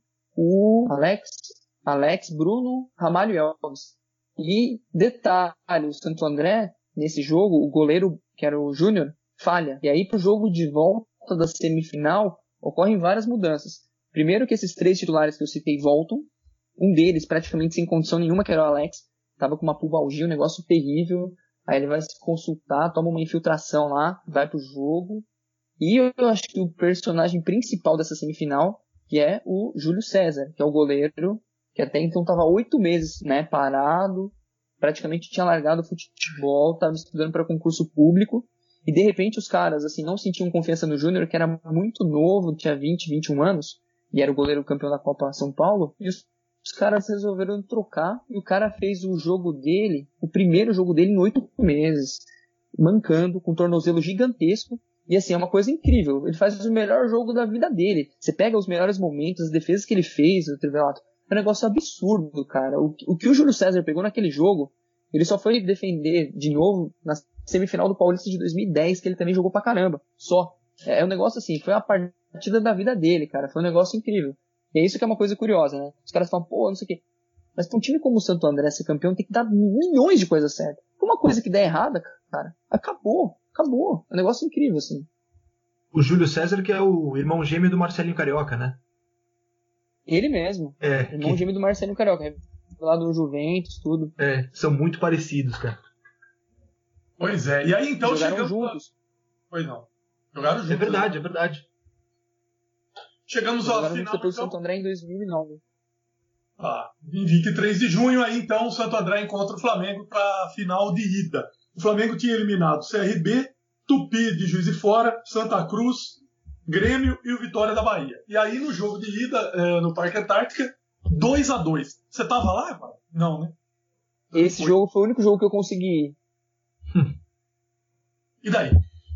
[SPEAKER 6] o Alex, Alex, Bruno, Ramalho e Elvis. E detalhe, o Santo André, nesse jogo, o goleiro, que era o Júnior, falha. E aí pro jogo de volta da semifinal, ocorrem várias mudanças. Primeiro que esses três titulares que eu citei voltam, um deles praticamente sem condição nenhuma, que era o Alex, tava com uma pubalgia, um negócio terrível. Aí ele vai se consultar, toma uma infiltração lá, vai pro jogo. E eu acho que o personagem principal dessa semifinal, que é o Júlio César, que é o goleiro, que até então estava oito meses, né, parado, praticamente tinha largado o futebol, estava estudando para concurso público, e de repente os caras, assim, não sentiam confiança no Júnior, que era muito novo, tinha vinte, vinte e um anos, e era o goleiro campeão da Copa São Paulo, e os, os caras resolveram trocar, e o cara fez o jogo dele, o primeiro jogo dele em oito meses, mancando, com um tornozelo gigantesco. E assim, é uma coisa incrível. Ele faz o melhor jogo da vida dele. Você pega os melhores momentos, as defesas que ele fez, o Trivelato. É um negócio absurdo, cara. O, o que o Júlio César pegou naquele jogo, ele só foi defender de novo na semifinal do Paulista de dois mil e dez, que ele também jogou pra caramba. Só. É, é um negócio assim, foi a partida da vida dele, cara. Foi um negócio incrível. E é isso que é uma coisa curiosa, né? Os caras falam, pô, não sei o quê. Mas pra um time como o Santo André ser campeão, tem que dar milhões de coisas certas. Uma coisa que der errada, cara, acabou. Acabou. É um negócio incrível, assim.
[SPEAKER 5] O Júlio César, que é o irmão gêmeo do Marcelinho Carioca, né?
[SPEAKER 6] Ele mesmo.
[SPEAKER 5] É.
[SPEAKER 6] Irmão
[SPEAKER 5] que...
[SPEAKER 6] gêmeo do Marcelinho Carioca. Lá do Juventus, tudo.
[SPEAKER 5] É, são muito parecidos, cara.
[SPEAKER 3] Pois é. E aí, então,
[SPEAKER 6] jogaram
[SPEAKER 3] chegamos...
[SPEAKER 6] juntos.
[SPEAKER 3] A... Pois não. Jogaram juntos.
[SPEAKER 5] É verdade,
[SPEAKER 3] né?
[SPEAKER 5] é verdade.
[SPEAKER 3] Chegamos à
[SPEAKER 6] jogaram
[SPEAKER 3] final,
[SPEAKER 6] juntos depois
[SPEAKER 3] então...
[SPEAKER 6] do Santo André em dois mil e nove.
[SPEAKER 3] Ah, em vinte e três de junho, aí, então, o Santo André encontra o Flamengo para a final de ida. O Flamengo tinha eliminado o C R B, Tupi de Juiz de Fora, Santa Cruz, Grêmio e o Vitória da Bahia. E aí no jogo de ida, é, no Parque Antártica, dois a dois. Você tava lá, cara? Não, né?
[SPEAKER 6] Esse
[SPEAKER 3] foi.
[SPEAKER 6] jogo foi o único jogo que eu consegui ir.
[SPEAKER 3] E daí?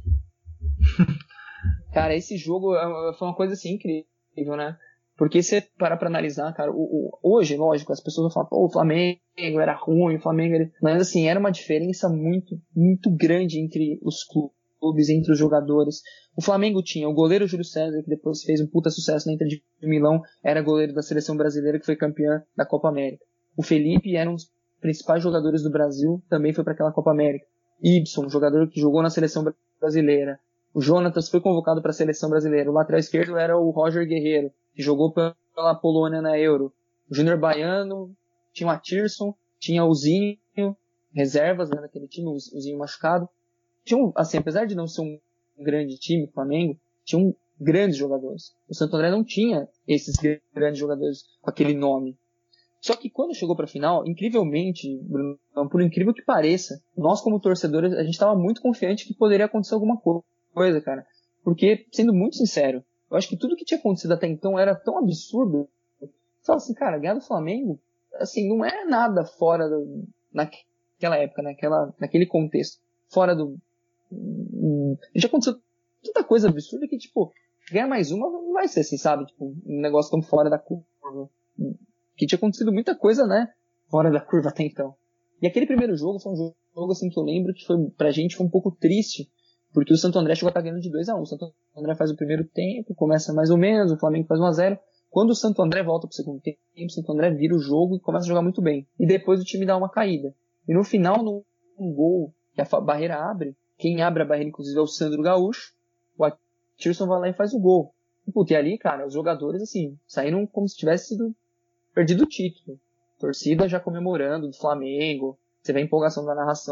[SPEAKER 6] Cara, esse jogo foi uma coisa assim incrível, né? Porque você parar pra analisar, cara, o, o, hoje, lógico, as pessoas vão falar, pô, o Flamengo era ruim, o Flamengo era... Mas assim, era uma diferença muito, muito grande entre os clubes, entre os jogadores. O Flamengo tinha o goleiro Júlio César, que depois fez um puta sucesso na Inter de Milão, era goleiro da seleção brasileira, que foi campeã da Copa América. O Felipe era um dos principais jogadores do Brasil, também foi para aquela Copa América. Ibson, jogador que jogou na seleção brasileira. O Jonatas foi convocado para a seleção brasileira. O lateral esquerdo era o Roger Guerreiro, que jogou pela Polônia na Euro. O Júnior Baiano, tinha o Atirson, tinha o Zinho, reservas, né, naquele time, o Zinho machucado. Tinha um, assim, apesar de não ser um grande time, o Flamengo, tinham grandes jogadores. O Santo André não tinha esses grandes jogadores com aquele nome. Só que quando chegou para a final, incrivelmente, Bruno, por incrível que pareça, nós como torcedores, a gente estava muito confiante que poderia acontecer alguma coisa, cara. Porque, sendo muito sincero, eu acho que tudo que tinha acontecido até então era tão absurdo. Você fala assim, cara, ganhar do Flamengo, assim, não é nada fora do, naquela época, naquela, naquele contexto. Fora do... Já aconteceu tanta coisa absurda que, tipo, ganhar mais uma não vai ser assim, sabe? Tipo, um negócio tão fora da curva. Que tinha acontecido muita coisa, né? Fora da curva até então. E aquele primeiro jogo foi um jogo, assim, que eu lembro que foi, pra gente foi um pouco triste. Porque o Santo André chegou a estar ganhando de dois a um. O Santo André faz o primeiro tempo, começa mais ou menos, o Flamengo faz um a zero. Quando o Santo André volta pro segundo tempo, o Santo André vira o jogo e começa a jogar muito bem. E depois o time dá uma caída. E no final, num gol que a barreira abre, quem abre a barreira, inclusive, é o Sandro Gaúcho. O Atirson vai lá e faz o gol. E, puta, e ali, cara, os jogadores, assim, saíram como se tivesse sido perdido o título. Torcida já comemorando do Flamengo. Você vê a empolgação da narração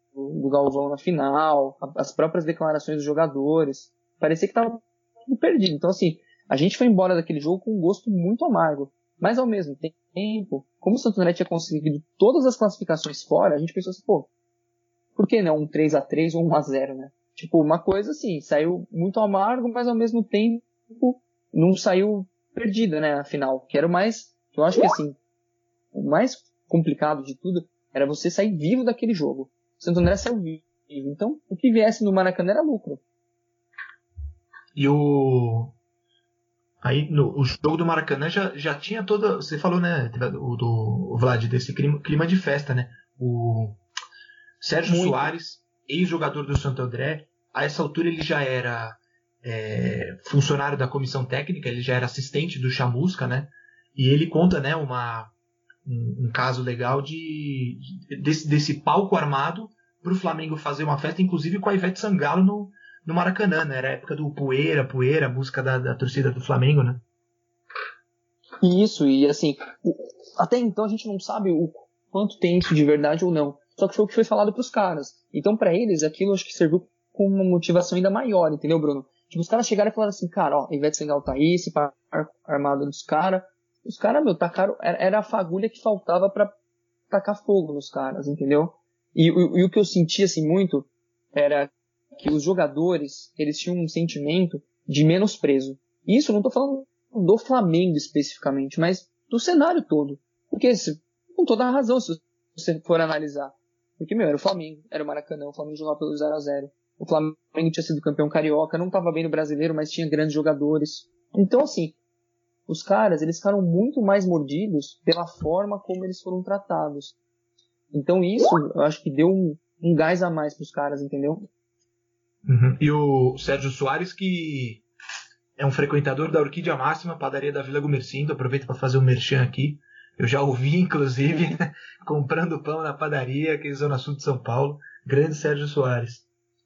[SPEAKER 6] do Galvão na final, as próprias declarações dos jogadores. Parecia que tava tudo perdido. Então, assim, a gente foi embora daquele jogo com um gosto muito amargo. Mas, ao mesmo tempo, como o Santo André tinha conseguido todas as classificações fora, a gente pensou assim, pô, por que não um três a três ou um a zero, né? Tipo, uma coisa assim, saiu muito amargo, mas ao mesmo tempo não saiu perdida, né, a final. Que era o mais, eu acho que assim, o mais complicado de tudo era você sair vivo daquele jogo. O Santo André saiu vivo. Então, o que viesse no Maracanã era lucro.
[SPEAKER 5] E o... Aí, no, o jogo do Maracanã já, já tinha toda... Você falou, né, o, do, o Vlad, desse clima, clima de festa, né? O Sérgio
[SPEAKER 6] Muito.
[SPEAKER 5] Soares, ex-jogador do Santo André, a essa altura ele já era é, funcionário da comissão técnica, ele já era assistente do Chamusca, né? E ele conta, né, uma, um, um caso legal de, de, desse, desse palco armado para o Flamengo fazer uma festa, inclusive com a Ivete Sangalo no, no Maracanã, né? Era a época do Poeira, Poeira, a música da, da torcida do Flamengo, né?
[SPEAKER 6] Isso, e assim, o, até então a gente não sabe o quanto tem isso de verdade ou não. Só que foi o que foi falado pros caras. Então, pra eles, aquilo acho que serviu com uma motivação ainda maior, entendeu, Bruno? Tipo, os caras chegaram e falaram assim, cara, ó, Ivete Sangalo tá aí, esse par armado dos caras. Os caras, meu, tacaram, era, era a fagulha que faltava pra tacar fogo nos caras, entendeu? E, e, e o que eu senti, assim, muito, era que os jogadores, eles tinham um sentimento de menosprezo. Isso eu não tô falando do Flamengo especificamente, mas do cenário todo. Porque, se, com toda a razão, se você for analisar. Porque, meu, era o Flamengo, era o Maracanã, o Flamengo jogava pelo zero a zero. O Flamengo tinha sido campeão carioca, não estava bem no brasileiro, mas tinha grandes jogadores. Então, assim, os caras, eles ficaram muito mais mordidos pela forma como eles foram tratados. Então isso, eu acho que deu um, um gás a mais pros caras, entendeu?
[SPEAKER 5] Uhum. E o Sérgio Soares, que é um frequentador da Orquídea Máxima, padaria da Vila Gumercindo, aproveito para fazer um merchan aqui. Eu já ouvi, inclusive, comprando pão na padaria, aqui na Zona Sul de São Paulo. Grande Sérgio Soares.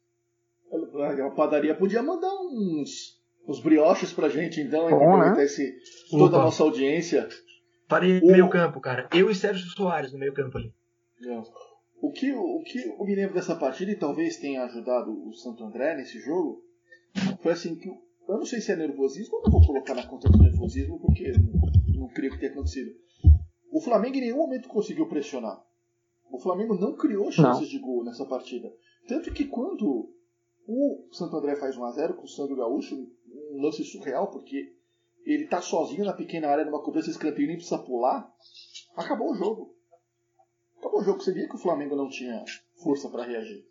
[SPEAKER 4] A padaria podia mandar uns, uns brioches pra gente, então,
[SPEAKER 6] Bom,
[SPEAKER 4] para aproveitar
[SPEAKER 6] né?
[SPEAKER 4] esse, toda
[SPEAKER 5] Opa.
[SPEAKER 4] a nossa audiência.
[SPEAKER 5] Parei no
[SPEAKER 4] O-
[SPEAKER 5] meio campo, cara. Eu e Sérgio Soares no meio campo ali.
[SPEAKER 4] O que, o que eu me lembro dessa partida, e talvez tenha ajudado o Santo André nesse jogo, foi assim que, eu não sei se é nervosismo, ou não vou colocar na conta do nervosismo, porque não, não creio que tenha acontecido. O Flamengo em nenhum momento conseguiu pressionar. O Flamengo não criou chances
[SPEAKER 6] Não.
[SPEAKER 4] de gol nessa partida. Tanto que quando o Santo André faz um a zero com o Sandro Gaúcho, um lance surreal, porque ele tá sozinho na pequena área numa cobrança de escanteio, nem precisa pular, acabou o jogo. Acabou o jogo. Você via que o Flamengo não tinha força para reagir.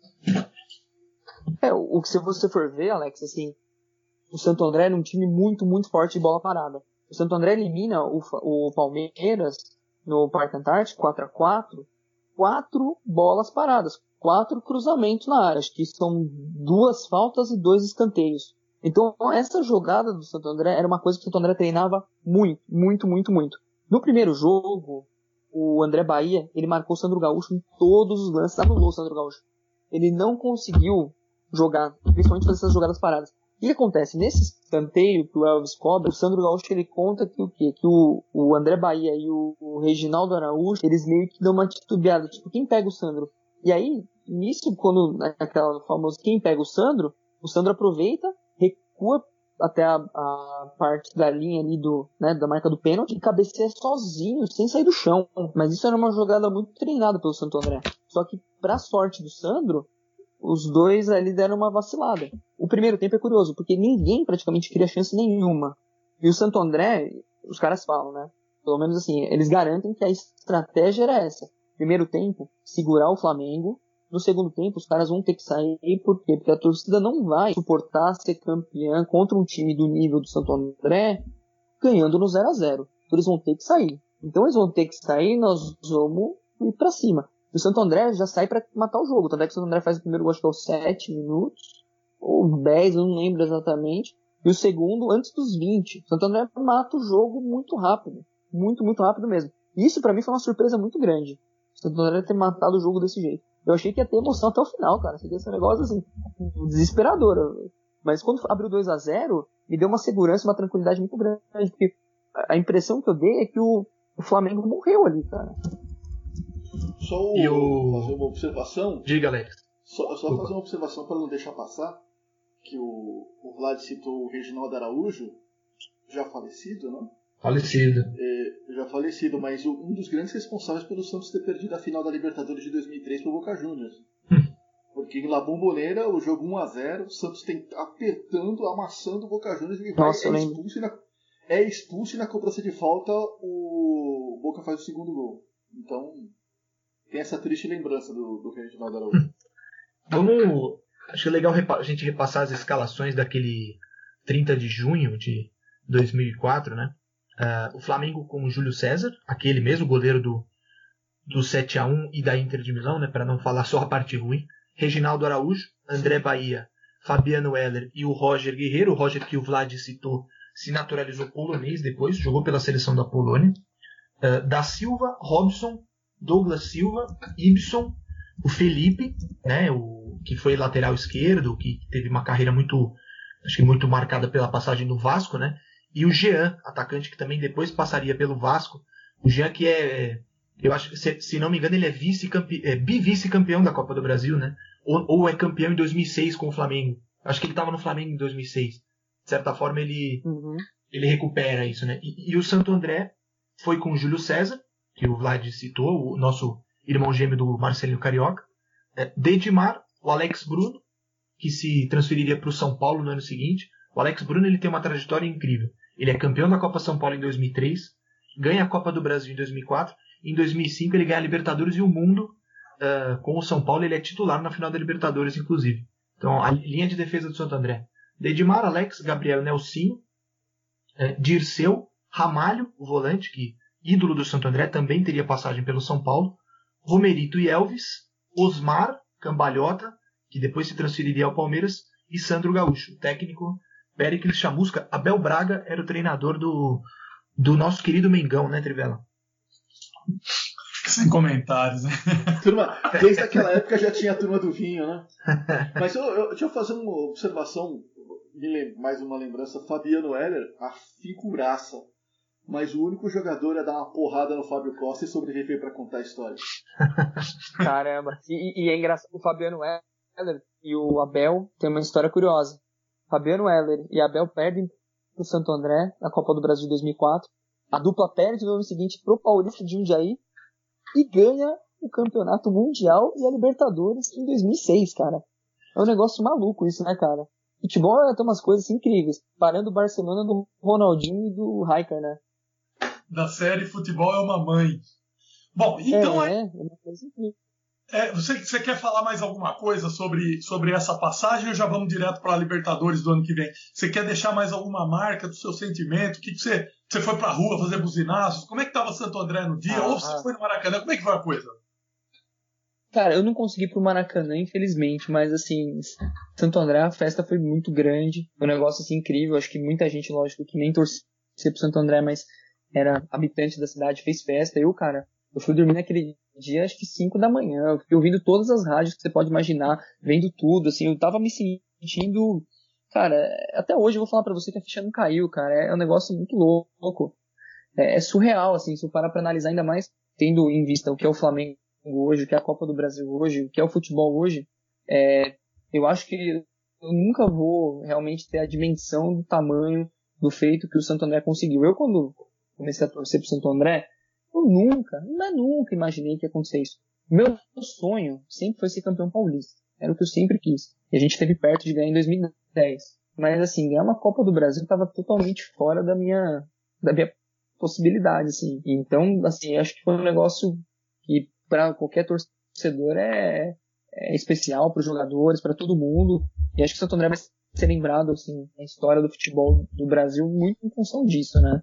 [SPEAKER 6] É, o, o que se você for ver, Alex, assim, o Santo André era um time muito, muito forte de bola parada. O Santo André elimina o, Fa- o Palmeiras no Parque Antártico quatro a quatro, quatro bolas paradas, quatro cruzamentos na área, acho que são duas faltas e dois escanteios. Então, essa jogada do Santo André era uma coisa que o Santo André treinava muito, muito, muito, muito. No primeiro jogo, o André Bahia, ele marcou o Sandro Gaúcho em todos os lances, anulou o Sandro Gaúcho. Ele não conseguiu jogar, principalmente fazer essas jogadas paradas. O que acontece? Nesse escanteio que o Elvis cobra, o Sandro Gaúcho ele conta que o quê? Que o, o André Bahia e o, o Reginaldo Araújo, eles meio que dão uma titubeada, tipo, quem pega o Sandro? E aí, nisso, quando, naquela famosa quem pega o Sandro, o Sandro aproveita, recua até a, a parte da linha ali do, né, da marca do pênalti e cabeceia sozinho, sem sair do chão. Mas isso era uma jogada muito treinada pelo Santo André. Só que, pra sorte do Sandro, os dois ali deram uma vacilada. O primeiro tempo é curioso, porque ninguém praticamente cria chance nenhuma. E o Santo André, os caras falam, né? Pelo menos assim, eles garantem que a estratégia era essa. Primeiro tempo, segurar o Flamengo. No segundo tempo, os caras vão ter que sair. Por quê? Porque a torcida não vai suportar ser campeã contra um time do nível do Santo André ganhando no zero a zero. Então eles vão ter que sair. Então eles vão ter que sair e nós vamos ir pra cima. O Santo André já sai pra matar o jogo. Tanto é que o Santo André faz o primeiro gol, acho que aos sete minutos, ou dez, eu não lembro exatamente. E o segundo, antes dos vinte. O Santo André mata o jogo muito rápido. Muito, muito rápido mesmo. E isso pra mim foi uma surpresa muito grande. O Santo André ter matado o jogo desse jeito. Eu achei que ia ter emoção até o final, cara. Seria esse negócio assim, desesperador. Mas quando abriu dois a zero, me deu uma segurança, uma tranquilidade muito grande. Porque a impressão que eu dei é que o, o Flamengo morreu ali, cara.
[SPEAKER 4] Só o,
[SPEAKER 5] E o-
[SPEAKER 4] fazer uma observação.
[SPEAKER 5] Diga, Alex.
[SPEAKER 4] Só, só fazer uma observação para não deixar passar, que o, o Vlad citou o Reginaldo Araújo, já falecido, né?
[SPEAKER 5] Falecido.
[SPEAKER 4] É, já falecido, mas o, um dos grandes responsáveis pelo Santos ter perdido a final da Libertadores de dois mil e três para o Boca Juniors. Porque em La Bombonera, o jogo um a zero, o Santos tem, apertando, amassando o Boca Juniors e vai,
[SPEAKER 6] Nossa,
[SPEAKER 4] é, expulso e na, é expulso e na cobrança de falta o Boca faz o segundo gol. Então, tem essa triste lembrança do, do Reginaldo Araújo.
[SPEAKER 5] Vamos. Acho que é legal a gente repassar as escalações daquele trinta de junho de dois mil e quatro, né? Uh, o Flamengo com o Júlio César, aquele mesmo goleiro do, do sete a um e da Inter de Milão, né? Para não falar só a parte ruim. Reginaldo Araújo, André Bahia, Fabiano Heller e o Roger Guerreiro. O Roger, que o Vlad citou, se naturalizou polonês depois, jogou pela seleção da Polônia. Uh, da Silva, Robson, Douglas Silva, Ibson, o Felipe, né, o, que foi lateral esquerdo, que teve uma carreira muito, acho que muito marcada pela passagem do Vasco, né, e o Jean, atacante que também depois passaria pelo Vasco. O Jean, que é, eu acho que, se, se não me engano, ele é, vice-campe, é bi-vice-campeão da Copa do Brasil, né, ou, ou é campeão em dois mil e seis com o Flamengo. Acho que ele estava no Flamengo em dois mil e seis. De certa forma, ele, uhum. ele recupera isso, né. E, e o Santo André foi com o Júlio César, que o Vlad citou, o nosso irmão gêmeo do Marcelinho Carioca, é, Dedimar, o Alex Bruno, que se transferiria para o São Paulo no ano seguinte. O Alex Bruno, ele tem uma trajetória incrível. Ele é campeão da Copa São Paulo em dois mil e três, ganha a Copa do Brasil em dois mil e quatro, e em dois mil e cinco ele ganha a Libertadores e o Mundo uh, com o São Paulo. Ele é titular na final da Libertadores, inclusive. Então, a linha de defesa do Santo André: Dedimar, Alex, Gabriel, Nelsinho, é, Dirceu, Ramalho, o volante, que ídolo do Santo André, também teria passagem pelo São Paulo, Romerito e Elvis, Osmar, Cambalhota, que depois se transferiria ao Palmeiras, e Sandro Gaúcho, o técnico Péricles Chamusca. Abel Braga era o treinador do, do nosso querido Mengão, né, Trivela?
[SPEAKER 3] Sem comentários, né?
[SPEAKER 4] Turma, desde aquela época já tinha a turma do vinho, né? Mas eu, eu, deixa eu fazer uma observação, mais uma lembrança. Fabiano Heller, a figuraça. Mas o único jogador a dar uma porrada no Fábio Costa e sobreviver para contar a história.
[SPEAKER 6] Caramba. E, e é engraçado, o Fabiano Heller e o Abel tem uma história curiosa. Fabiano Heller e Abel perdem pro Santo André na Copa do Brasil de dois mil e quatro. A dupla perde no ano seguinte pro Paulista de Jundiaí e ganha o Campeonato Mundial e a Libertadores em dois mil e seis, cara. É um negócio maluco isso, né, cara? Futebol tem umas coisas incríveis. Parando o Barcelona do Ronaldinho e do Rijkaard, né?
[SPEAKER 3] Da série Futebol é uma mãe. Bom, então
[SPEAKER 6] é,
[SPEAKER 3] é,
[SPEAKER 6] é uma coisa incrível.
[SPEAKER 3] É, você, você quer falar mais alguma coisa sobre, sobre essa passagem ou já vamos direto para a Libertadores do ano que vem? Você quer deixar mais alguma marca do seu sentimento? Que que você, você foi para a rua fazer buzinaços? Como é que estava Santo André no dia?
[SPEAKER 6] Ah,
[SPEAKER 3] ou você foi no Maracanã? Como é que foi a coisa?
[SPEAKER 6] Cara, eu não consegui ir pro Maracanã, infelizmente, mas assim, Santo André, a festa foi muito grande, um negócio assim incrível. Acho que muita gente, lógico, que nem torcia pro Santo André, mas era habitante da cidade, fez festa. Eu, cara, eu fui dormir naquele dia, acho que cinco da manhã, eu fiquei ouvindo todas as rádios que você pode imaginar, vendo tudo, assim, eu tava me sentindo, cara, até hoje eu vou falar pra você que a ficha não caiu, cara, é um negócio muito louco, é, é surreal, assim, se eu parar pra analisar, ainda mais tendo em vista o que é o Flamengo hoje, o que é a Copa do Brasil hoje, o que é o futebol hoje, é, eu acho que eu nunca vou realmente ter a dimensão do tamanho do feito que o Santo André conseguiu. Eu, quando comecei a torcer pro Santo André, eu nunca, mas nunca imaginei que ia acontecer isso. Meu sonho sempre foi ser campeão paulista. Era o que eu sempre quis. E a gente esteve perto de ganhar em dois mil e dez. Mas assim, ganhar uma Copa do Brasil estava totalmente fora da minha, da minha possibilidade, assim. Então, assim, acho que foi um negócio que para qualquer torcedor é, é especial, para os jogadores, para todo mundo. E acho que o Santo André vai ser lembrado, assim, na história do futebol do Brasil muito em função disso, né?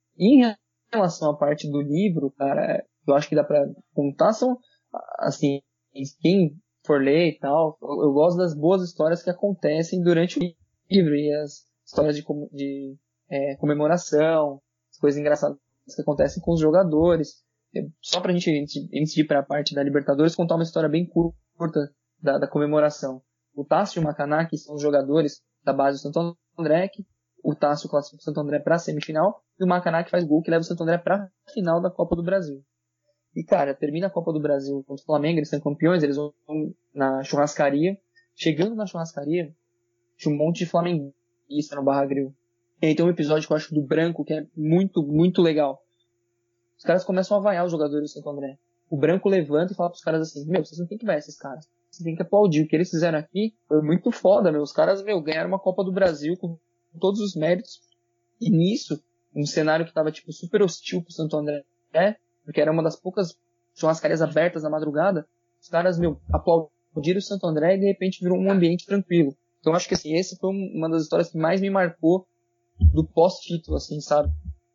[SPEAKER 6] E em relação à parte do livro, cara, eu acho que dá pra contar, são, assim, quem for ler e tal, eu, eu gosto das boas histórias que acontecem durante o livro, e as histórias de, de é, comemoração, as coisas engraçadas que acontecem com os jogadores. Só pra gente, antes de ir pra parte da Libertadores, contar uma história bem curta da, da comemoração. O Tássio e o Macaná, que são os jogadores da base do Santo André, que o Tássio classifica o Santo André para a semifinal, e o Macaná que faz gol que leva o Santo André para a final da Copa do Brasil. E, cara, termina a Copa do Brasil contra o Flamengo, eles são campeões, eles vão na churrascaria. Chegando na churrascaria, tinha um monte de flamenguista no Barra Grill. E aí tem um episódio que eu acho do Branco, que é muito, muito legal. Os caras começam a vaiar os jogadores do Santo André. O Branco levanta e fala pros caras assim, meu, vocês não tem que vaiar esses caras. Vocês tem que aplaudir. O que eles fizeram aqui foi muito foda, meu. Os caras, meu, ganharam uma Copa do Brasil com todos os méritos. E nisso, um cenário que tava, tipo, super hostil pro Santo André, porque era uma das poucas churrascarias abertas na madrugada, os caras, meu, aplaudiram o Santo André e de repente virou um ambiente tranquilo. Então acho que, assim, essa foi uma das histórias que mais me marcou do pós-título, assim, sabe?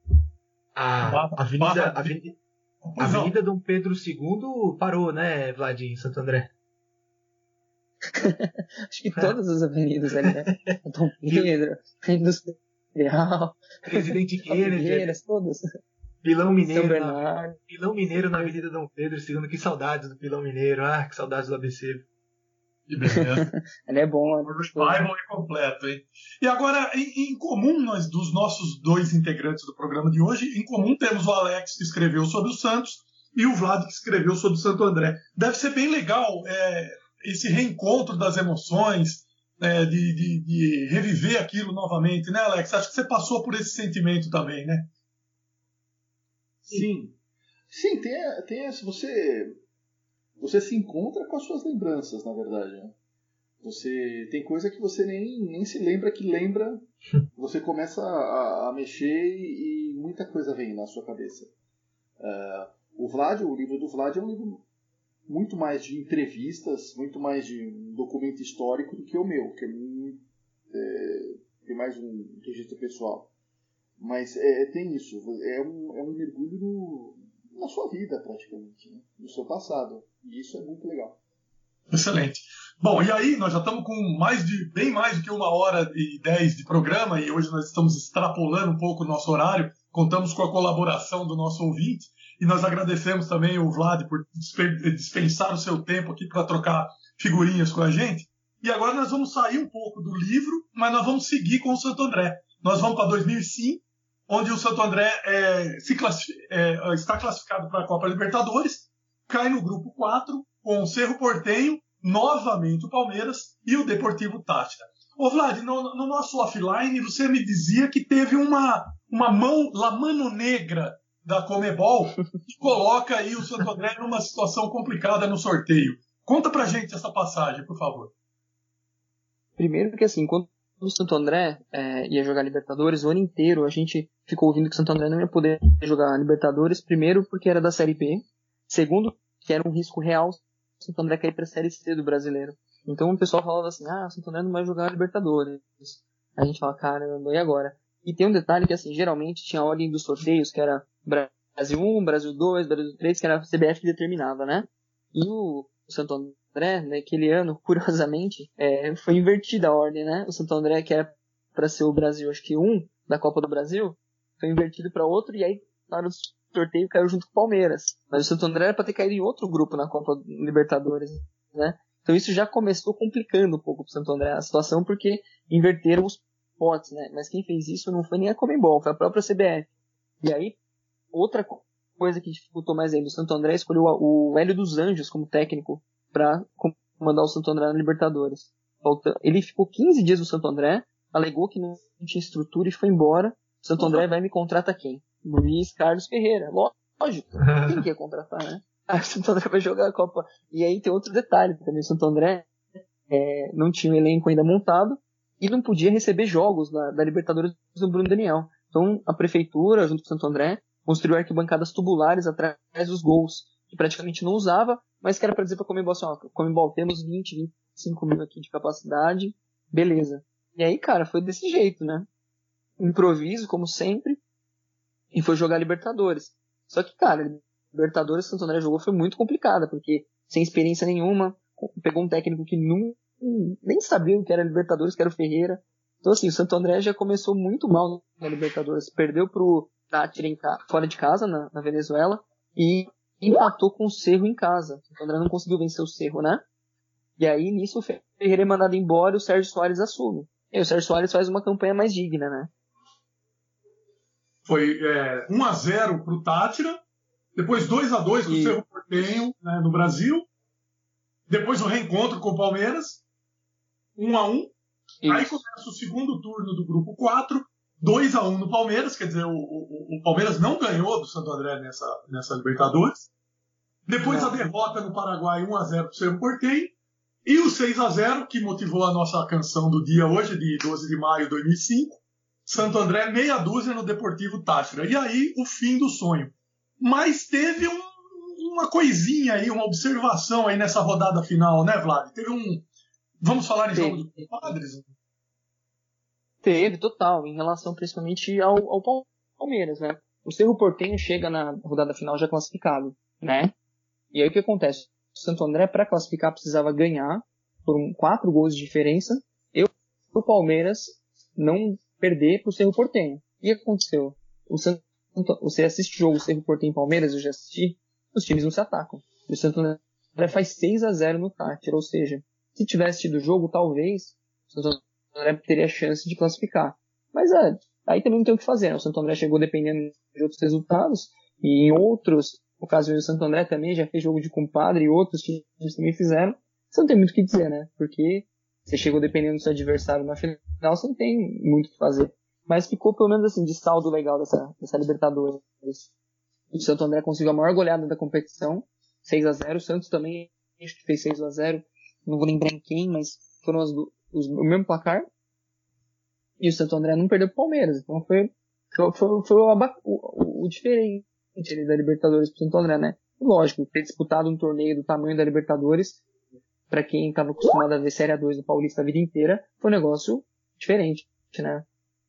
[SPEAKER 5] A Avenida, a Avenida, a Avenida Dom Pedro segundo parou, né, Vlad, em Santo André?
[SPEAKER 6] Acho que todas as avenidas ali, né? Dom Pedro, Industrial,
[SPEAKER 5] Presidente Kennedy,
[SPEAKER 6] todas.
[SPEAKER 5] Pilão Mineiro,
[SPEAKER 6] São Bernardo.
[SPEAKER 5] Na, Pilão Mineiro na Avenida Dom Pedro segundo. Que saudades do Pilão Mineiro. Ah, que saudades do A B C.
[SPEAKER 3] Que beleza.
[SPEAKER 6] Ele é bom.
[SPEAKER 3] O revival é completo, hein? E agora, em, em comum, nós, dos nossos dois integrantes do programa de hoje, em comum temos o Alex, que escreveu sobre o Santos, e o Vlad, que escreveu sobre o Santo André. Deve ser bem legal é, esse reencontro das emoções, é, de, de, de reviver aquilo novamente, né, Alex? Acho que você passou por esse sentimento também, né?
[SPEAKER 4] Sim. Sim, tem, tem essa. Você, você se encontra com as suas lembranças, na verdade. Né? Você tem coisa que você nem, nem se lembra que lembra. Você começa a, a mexer e muita coisa vem na sua cabeça. Uh, o Vlad, o livro do Vlad é um livro muito mais de entrevistas, muito mais de um documento histórico do que o meu, que é, muito, é, é mais um registro pessoal. Mas é, tem isso, é um, é um mergulho no, na sua vida, praticamente, né? No seu passado. E isso é muito legal.
[SPEAKER 3] Excelente. Bom, e aí nós já estamos com mais de, bem mais do que uma hora e dez de programa, e hoje nós estamos extrapolando um pouco o nosso horário, contamos com a colaboração do nosso ouvinte, e nós agradecemos também o Vlad por dispensar o seu tempo aqui para trocar figurinhas com a gente. E agora nós vamos sair um pouco do livro, mas nós vamos seguir com o Santo André. Nós vamos para dois mil e cinco, onde o Santo André é, se classific, é, está classificado para a Copa Libertadores, cai no grupo quatro, com o Cerro Porteño, novamente o Palmeiras e o Deportivo Táchira. Ô Vlad, no, no nosso offline você me dizia que teve uma, uma mão, la mano negra da Conmebol que coloca aí o Santo André numa situação complicada no sorteio. Conta pra gente essa passagem, por favor.
[SPEAKER 6] Primeiro que assim, quando o Santo André é, ia jogar Libertadores, o ano inteiro a gente ficou ouvindo que o Santo André não ia poder jogar Libertadores, primeiro porque era da Série B, segundo que era um risco real o Santo André cair para a Série C do brasileiro. Então o pessoal falava assim, ah, o Santo André não vai jogar Libertadores. A gente fala, caramba, e agora? E tem um detalhe que assim, geralmente tinha a ordem dos sorteios, que era Brasil um, Brasil dois, Brasil três, que era a C B F que determinava, né? E o Santo André, naquele ano, curiosamente, é, foi invertida a ordem, né? O Santo André, que era para ser o Brasil, acho que um, da Copa do Brasil, foi invertido para outro, e aí, na hora do sorteio, caiu junto com o Palmeiras. Mas o Santo André era para ter caído em outro grupo na Copa Libertadores, né? Então isso já começou complicando um pouco pro Santo André a situação, porque inverteram os potes, né? Mas quem fez isso não foi nem a Conmebol, foi a própria C B F. E aí, outra coisa que dificultou mais ainda, o Santo André escolheu o Hélio dos Anjos como técnico para comandar o Santo André na Libertadores. Ele ficou quinze dias no Santo André, alegou que não tinha estrutura e foi embora. O Santo André vai me contrata quem? Luiz Carlos Ferreira. Lógico, quem que ia contratar, né? Ah, o Santo André vai jogar a Copa. E aí tem outro detalhe também, o Santo André é, não tinha um elenco ainda montado e não podia receber jogos da, da Libertadores do Bruno Daniel. Então a prefeitura, junto com o Santo André, construiu arquibancadas tubulares atrás dos gols, que praticamente não usava, mas que era para dizer para a Conmebol assim, ó, Conmebol, temos vinte, vinte e cinco mil aqui de capacidade, beleza. E aí, cara, foi desse jeito, né? Improviso, como sempre, e foi jogar Libertadores. Só que, cara, Libertadores, Santo André jogou foi muito complicada, porque sem experiência nenhuma, pegou um técnico que não, nem sabia o que era Libertadores, que era o Ferreira. Então, assim, o Santo André já começou muito mal na Libertadores. Perdeu pro Táchira em ca... fora de casa, na, na Venezuela, e empatou com o Cerro em casa. O Santo André não conseguiu vencer o Cerro, né? E aí, nisso, o Ferreira é mandado embora e o Sérgio Soares assume. E o Sérgio Soares faz uma campanha mais digna, né?
[SPEAKER 3] Foi é, um a zero pro Táchira, Depois dois a dois com o
[SPEAKER 6] E-
[SPEAKER 3] Cerro Porteño, né, no Brasil. Depois o reencontro com o Palmeiras, um a um. Aí
[SPEAKER 6] Isso.
[SPEAKER 3] começa o segundo turno do grupo quatro, dois a um no Palmeiras, quer dizer, o, o, o Palmeiras não ganhou do Santo André nessa, nessa Libertadores. Depois
[SPEAKER 6] Não.
[SPEAKER 3] a derrota no Paraguai, um a zero para o Cerro Porteño. E o seis a zero, que motivou a nossa canção do dia hoje, de doze de maio de dois mil e cinco. Santo André, meia dúzia no Deportivo Táchira. E aí, o fim do sonho. Mas teve um, uma coisinha aí, uma observação aí nessa rodada final, né, Vlad? Teve um... Vamos falar em jogo
[SPEAKER 6] Teve.
[SPEAKER 3] dos padres?
[SPEAKER 6] Teve, total, em relação principalmente ao, ao Palmeiras, né? O Cerro Porteño chega na rodada final já classificado, né? E aí o que acontece? O Santo André, para classificar, precisava ganhar por um, quatro gols de diferença e o Palmeiras não perder para o Cerro Porteño. E o que aconteceu? O Santo, você assiste o jogo Cerro Porteño e Palmeiras, eu já assisti, os times não se atacam. E o Santo André faz seis a zero no Táchira, ou seja, se tivesse tido o jogo, talvez o Santo André teria chance de classificar. Mas é, aí também não tem o que fazer, né? O Santo André chegou dependendo de outros resultados, e em outros ocasiões o Santo André também já fez jogo de compadre, e outros times também fizeram. Você não tem muito o que dizer, né? Porque você chegou dependendo do seu adversário na final, você não tem muito o que fazer. Mas ficou pelo menos assim, de saldo legal dessa, dessa Libertadores. O Santo André conseguiu a maior goleada da competição, seis a zero. O Santos também acho que fez seis a zero. Não vou lembrar em quem, mas foram as do, os, o mesmo placar. E o Santo André não perdeu pro Palmeiras. Então foi, foi, foi, foi o, o, o diferente da Libertadores pro Santo André, né? Lógico, ter disputado um torneio do tamanho da Libertadores, para quem estava acostumado a ver Série A dois do Paulista a vida inteira, foi um negócio diferente, né?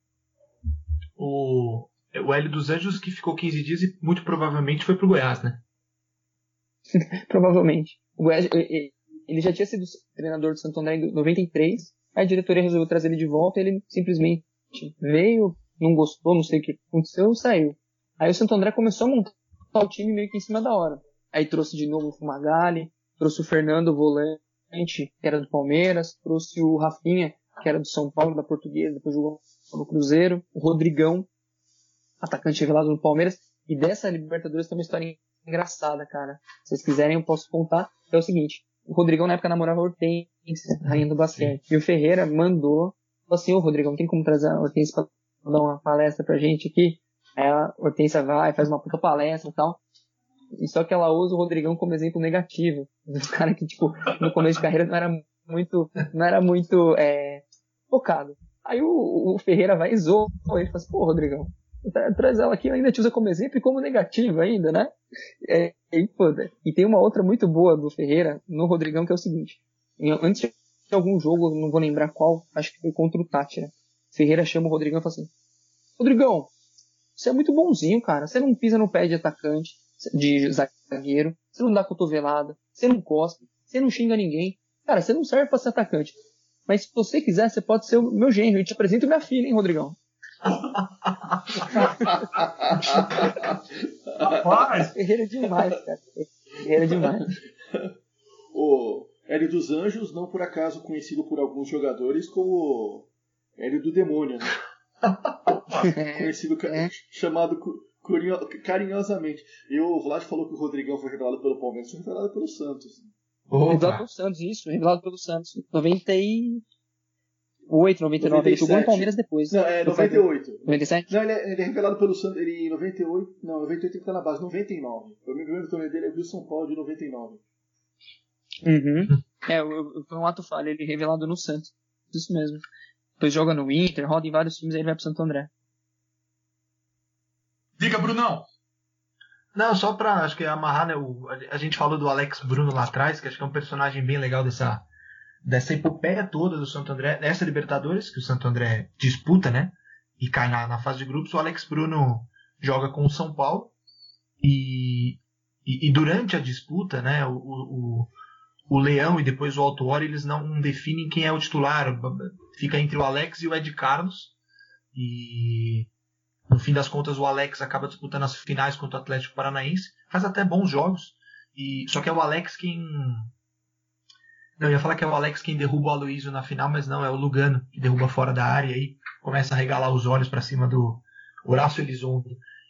[SPEAKER 5] O, o Hélio dos Anjos, que ficou quinze dias e muito provavelmente foi pro Goiás, né?
[SPEAKER 6] Provavelmente. O Goiás, ele já tinha sido treinador do Santo André em noventa e três, aí a diretoria resolveu trazer ele de volta, ele simplesmente veio, não gostou, não sei o que aconteceu, saiu. Aí o Santo André começou a montar o time meio que em cima da hora. Aí trouxe de novo o Fumagalli, trouxe o Fernando Volante, que era do Palmeiras, trouxe o Rafinha, que era do São Paulo, da Portuguesa, depois jogou no Cruzeiro, o Rodrigão, atacante revelado no Palmeiras, e dessa Libertadores tem uma história engraçada, cara. Se vocês quiserem eu posso contar. É o seguinte, o Rodrigão na época namorava a Hortência, rainha do basquete, e o Ferreira mandou, falou assim, ô Rodrigão, tem como trazer a Hortência pra dar uma palestra pra gente aqui? Aí a Hortência vai, faz uma puta palestra e tal. E só que ela usa o Rodrigão como exemplo negativo. Um cara que, tipo, no começo de carreira não era muito, não era muito, é, focado. Aí o, o Ferreira vai e zoa ele, fala assim, pô, Rodrigão, traz ela aqui, ainda te usa como exemplo e como negativo ainda, né? É, e, pô, e tem uma outra muito boa do Ferreira no Rodrigão, que é o seguinte, antes de algum jogo, não vou lembrar qual, acho que foi contra o Táchira, Ferreira chama o Rodrigão e fala assim, Rodrigão, você é muito bonzinho, cara, você não pisa no pé de atacante, de zagueiro, você não dá cotovelada, você não cospe, você não xinga ninguém, cara, você não serve pra ser atacante. Mas se você quiser, você pode ser o meu genro. Eu te apresento minha filha, hein, Rodrigão?
[SPEAKER 3] Rapaz!
[SPEAKER 6] Ferreira é demais, cara. Ferreira é demais.
[SPEAKER 4] O Hélio dos Anjos, não por acaso conhecido por alguns jogadores como Hélio do Demônio, né? Conhecido,
[SPEAKER 6] É.
[SPEAKER 4] chamado curio, carinhosamente. E o Vlad falou que o Rodrigão foi revelado pelo Palmeiras, foi revelado pelo Santos.
[SPEAKER 6] Revelado pelo Santos, isso. Revelado pelo Santos. noventa e oito, noventa e nove. Ele jogou no Palmeiras depois.
[SPEAKER 4] Não, é noventa e oito.
[SPEAKER 6] noventa e sete?
[SPEAKER 4] Não, ele é, ele é revelado pelo Santos. Ele em noventa e oito. Não, noventa e oito ele tá na base. noventa e nove. O meu primeiro torneio dele é o Rio São Paulo de noventa e nove.
[SPEAKER 6] Uhum. É, foi um ato falho. Ele revelado no Santos. Isso mesmo. Depois joga no Inter, roda em vários times, aí ele vai pro Santo André.
[SPEAKER 3] Diga, Brunão.
[SPEAKER 5] Não, só pra, acho que amarrar, né, o, a gente falou do Alex Bruno lá atrás, que acho que é um personagem bem legal dessa, dessa epopeia toda do Santo André, dessa Libertadores, que o Santo André disputa, né, e cai na, na fase de grupos. O Alex Bruno joga com o São Paulo, e, e, e durante a disputa, né, o, o, o Leão e depois o Autuori, eles não definem quem é o titular, fica entre o Alex e o Ed Carlos, e no fim das contas o Alex acaba disputando as finais contra o Atlético Paranaense, faz até bons jogos, e só que é o Alex quem... Não, eu ia falar que é o Alex quem derruba o Aloysio na final, mas não, é o Lugano que derruba fora da área e aí começa a regalar os olhos para cima do Horácio Elizondo.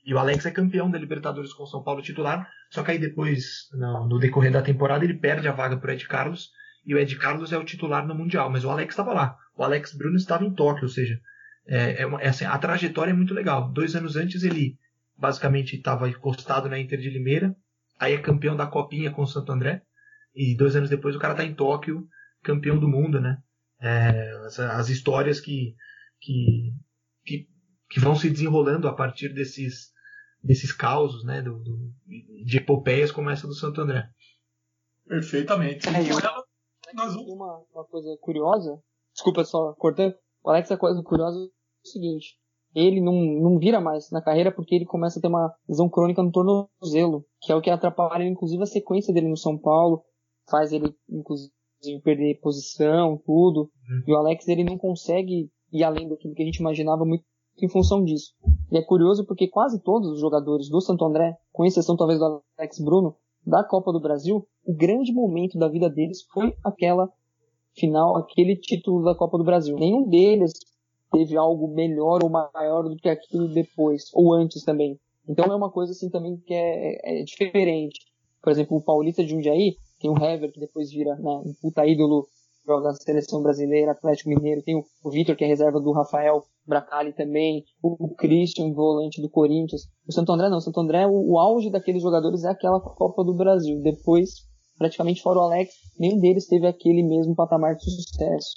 [SPEAKER 5] E o Alex é campeão da Libertadores com o São Paulo titular, só que aí depois, no, no decorrer da temporada, ele perde a vaga para o Ed Carlos, e o Ed Carlos é o titular no Mundial, mas o Alex estava lá. O Alex Bruno estava em Tóquio, ou seja, é, é, uma, é assim, a trajetória é muito legal. Dois anos antes ele basicamente estava encostado na Inter de Limeira, aí é campeão da Copinha com o Santo André, e dois anos depois o cara está em Tóquio, campeão do mundo, né? É, as, as histórias que, que, que, que vão se desenrolando a partir desses desses causos, né, do, do, de epopeias como essa do Santo André.
[SPEAKER 3] Perfeitamente.
[SPEAKER 6] É, eu,
[SPEAKER 3] Nós vamos...
[SPEAKER 6] uma, uma coisa curiosa, desculpa só cortando, o Alex, a coisa curiosa é o seguinte, ele não, não vira mais na carreira porque ele começa a ter uma lesão crônica no tornozelo, que é o que atrapalha inclusive a sequência dele no São Paulo, faz ele inclusive perder posição, tudo, uhum. E o Alex ele não consegue ir além daquilo que a gente imaginava muito em função disso. E é curioso porque quase todos os jogadores do Santo André, com exceção talvez do Alex Bruno, da Copa do Brasil, o grande momento da vida deles foi aquela final, aquele título da Copa do Brasil. Nenhum deles teve algo melhor ou maior do que aquilo depois, ou antes também. Então é uma coisa assim também que é, é diferente. Por exemplo, o Paulista de Jundiaí, tem o Hever, que depois vira, né, um puta ídolo, joga na Seleção Brasileira, Atlético Mineiro, tem o, o Vitor, que é reserva do Rafael Bracali também, o, o Christian, volante do Corinthians. O Santo André não, o Santo André, o, o auge daqueles jogadores é aquela Copa do Brasil. Depois, praticamente fora o Alex, nenhum deles teve aquele mesmo patamar de sucesso.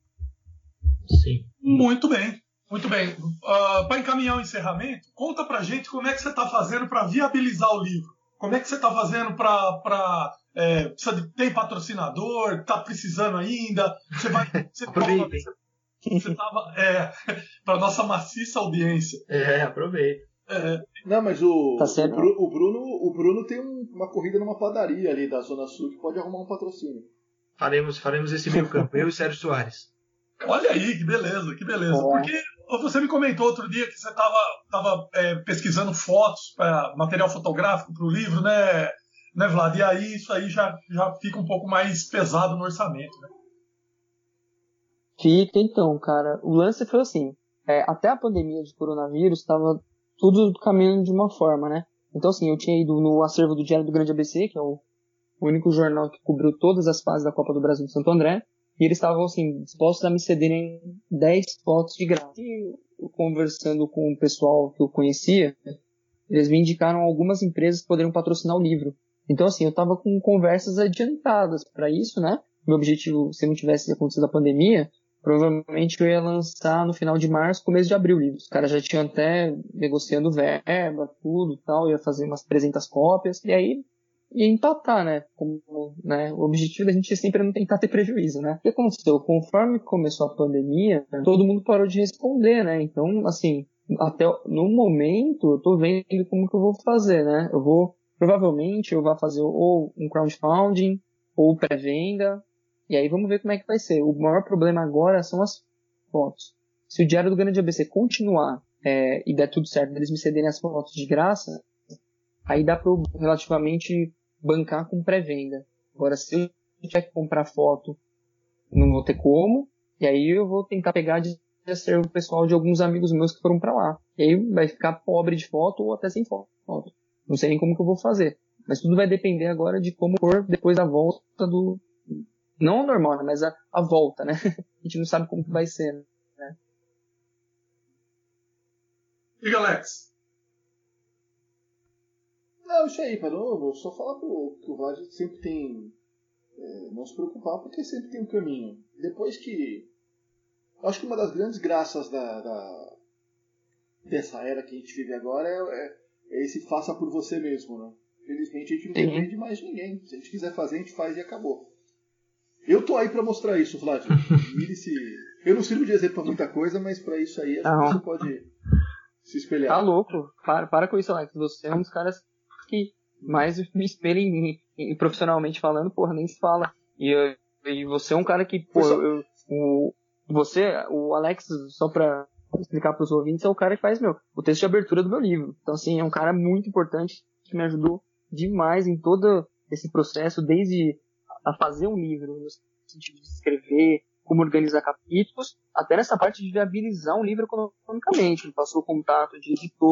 [SPEAKER 5] Sim.
[SPEAKER 3] Muito bem, muito bem. Uh, para encaminhar o encerramento, conta pra gente como é que você está fazendo para viabilizar o livro. Como é que você está fazendo para... É, tem patrocinador? Está precisando ainda? Você vai... Você
[SPEAKER 5] Aproveitem.
[SPEAKER 3] Você tava, é, para nossa maciça audiência.
[SPEAKER 5] É, aproveita.
[SPEAKER 3] É.
[SPEAKER 4] Não, mas o,
[SPEAKER 6] tá
[SPEAKER 4] o, Bruno, o, Bruno, o Bruno tem um, uma corrida numa padaria ali da Zona Sul que pode arrumar um patrocínio.
[SPEAKER 5] Faremos, faremos esse meio campo, eu e Sérgio Soares.
[SPEAKER 3] Olha aí, que beleza, que beleza. É. Porque você me comentou outro dia que você estava tava, é, pesquisando fotos, pra, material fotográfico para o livro, né, né, Vlad? E aí isso aí já, já fica um pouco mais pesado no orçamento, né?
[SPEAKER 6] Fica, então, cara. O lance foi assim, é, até a pandemia de coronavírus estava tudo caminhando de uma forma, né? Então, assim, eu tinha ido no acervo do Diário do Grande A B C, que é o único jornal que cobriu todas as fases da Copa do Brasil de Santo André, e eles estavam, assim, dispostos a me cederem dez fotos de graça. E conversando com o pessoal que eu conhecia, eles me indicaram algumas empresas que poderiam patrocinar o livro. Então, assim, eu estava com conversas adiantadas para isso, né? Meu objetivo, se não tivesse acontecido a pandemia, provavelmente eu ia lançar no final de março, começo de abril o livro. Os caras já tinham até negociando verba, tudo e tal, ia fazer umas trezentas cópias, e aí ia empatar, né? Como, né? O objetivo da gente sempre é não tentar ter prejuízo, né? O que aconteceu? Conforme começou a pandemia, todo mundo parou de responder, né? Então, assim, até no momento, eu tô vendo como que eu vou fazer, né? Eu vou, provavelmente, eu vou fazer ou um crowdfunding, ou pré-venda, e aí vamos ver como é que vai ser. O maior problema agora são as fotos. Se o Diário do Grande A B C continuar é, e der tudo certo, eles me cederem as fotos de graça, aí dá para eu relativamente bancar com pré-venda. Agora, se eu tiver que comprar foto, não vou ter como, e aí eu vou tentar pegar de ser o pessoal de alguns amigos meus que foram para lá. E aí vai ficar pobre de foto ou até sem foto. Não sei nem como que eu vou fazer. Mas tudo vai depender agora de como for depois da volta do... Não normal, né? Mas a, a volta, né? A gente não sabe como que vai ser, né?
[SPEAKER 3] E Alex?
[SPEAKER 4] Não, isso aí, para não, vou só falar pro, que o Vlad sempre tem... É, não se preocupar, porque sempre tem um caminho. Depois que... Acho que uma das grandes graças da, da, dessa era que a gente vive agora é, é, é esse faça por você mesmo, né? Felizmente a gente não
[SPEAKER 6] Sim.
[SPEAKER 4] depende mais de ninguém. Se a gente quiser fazer, a gente faz e acabou. Eu tô aí pra mostrar isso, Vlad. Mire-se... Eu não sirvo de exemplo pra muita coisa, mas pra isso aí acho
[SPEAKER 6] Não.
[SPEAKER 4] que você pode se espelhar.
[SPEAKER 6] Tá louco. Para, para com isso, Alex. Você é um dos caras que mais me espelha em, em, profissionalmente falando, porra, nem se fala. E, eu, e você é um cara que, pô,
[SPEAKER 4] só...
[SPEAKER 6] eu, o, você, o Alex, só pra explicar pros ouvintes, é o cara que faz, meu, o texto de abertura do meu livro. Então, assim, é um cara muito importante que me ajudou demais em todo esse processo, desde a fazer um livro, no sentido de escrever, como organizar capítulos, até nessa parte de viabilizar um livro economicamente. Ele passou o contato de editora,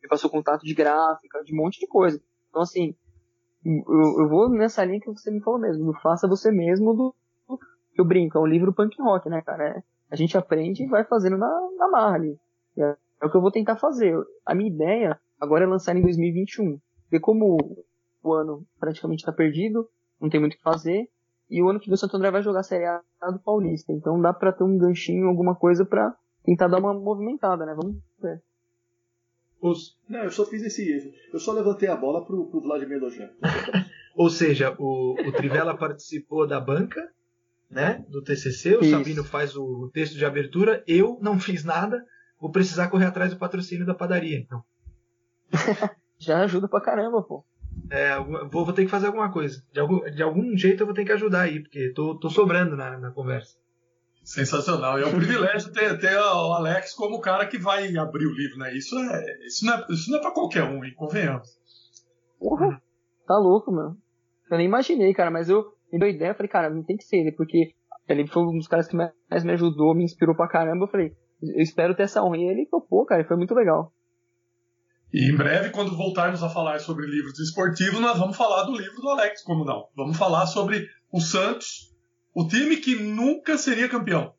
[SPEAKER 6] me passou contato de gráfica, de um monte de coisa. Então, assim, eu, eu vou nessa linha que você me falou mesmo, do faça você mesmo, do, do que eu brinco, é um livro punk rock, né, cara? É, a gente aprende e vai fazendo na, na marra ali. É, é o que eu vou tentar fazer. A minha ideia agora é lançar em dois mil e vinte e um. Porque como o ano praticamente tá perdido, não tem muito o que fazer, e o ano que vem o Santo André vai jogar a Série A do Paulista. Então dá pra ter um ganchinho, alguma coisa pra tentar dar uma movimentada, né? Vamos ver.
[SPEAKER 4] Os... Não, eu só fiz esse erro. Eu só levantei a bola pro, pro Vladimir elogiar.
[SPEAKER 5] Ou seja, o, o Trivela participou da banca, né? Do T C C, o Isso. Sabino faz o, o texto de abertura, eu não fiz nada, vou precisar correr atrás do patrocínio da padaria, então.
[SPEAKER 6] Já ajuda pra caramba, pô.
[SPEAKER 5] É, vou, vou ter que fazer alguma coisa. De algum, de algum jeito eu vou ter que ajudar aí, porque tô, tô sobrando na, na conversa.
[SPEAKER 3] Sensacional. E é um privilégio ter, ter o Alex como o cara que vai abrir o livro, né? Isso, é, isso, não, é, isso não é pra qualquer um, hein? Convenhamos.
[SPEAKER 6] Porra, tá louco, meu. Eu nem imaginei, cara, mas eu me deu ideia, eu falei, cara, não tem que ser ele, porque ele foi um dos caras que mais me ajudou, me inspirou pra caramba. Eu falei, eu espero ter essa honra. E ele topou, cara, foi muito legal.
[SPEAKER 3] E em breve, quando voltarmos a falar sobre livros esportivos, nós vamos falar do livro do Alex, como não? Vamos falar sobre o Santos, o time que nunca seria campeão.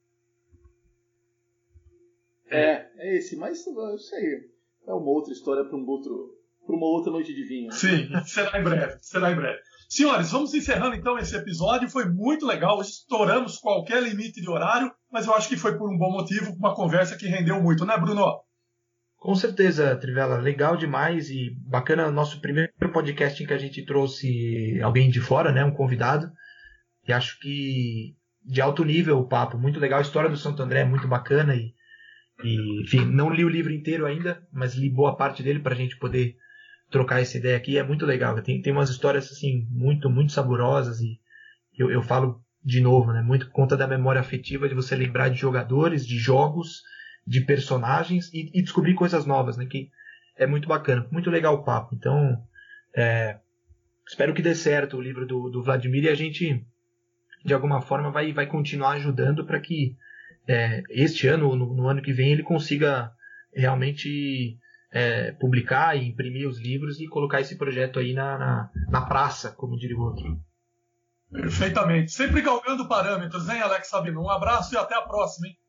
[SPEAKER 4] É, é esse, mas eu sei. É uma outra história para um outro, para uma outra noite de vinho.
[SPEAKER 3] Sim, será em breve, será em breve. Senhores, vamos encerrando então esse episódio. Foi muito legal, estouramos qualquer limite de horário, mas eu acho que foi por um bom motivo, uma conversa que rendeu muito, né, Bruno?
[SPEAKER 5] Com certeza, Trivela, legal demais e bacana. Nosso primeiro podcast em que a gente trouxe alguém de fora, né, um convidado, e acho que de alto nível o papo, muito legal. A história do Santo André é muito bacana e, e enfim, não li o livro inteiro ainda, mas li boa parte dele para a gente poder trocar essa ideia aqui. É muito legal, tem, tem umas histórias assim muito, muito saborosas e eu, eu falo de novo, né, muito por conta da memória afetiva de você lembrar de jogadores, de jogos, de personagens e, e descobrir coisas novas, né? Que é muito bacana, muito legal o papo. Então, é, espero que dê certo o livro do, do Vladimir e a gente, de alguma forma, vai, vai continuar ajudando para que é, este ano, no, no ano que vem, ele consiga realmente é, publicar e imprimir os livros e colocar esse projeto aí na, na, na praça, como diria o outro.
[SPEAKER 3] Perfeitamente. Sempre galgando parâmetros, hein, Alex Sabino? Um abraço e até a próxima, hein?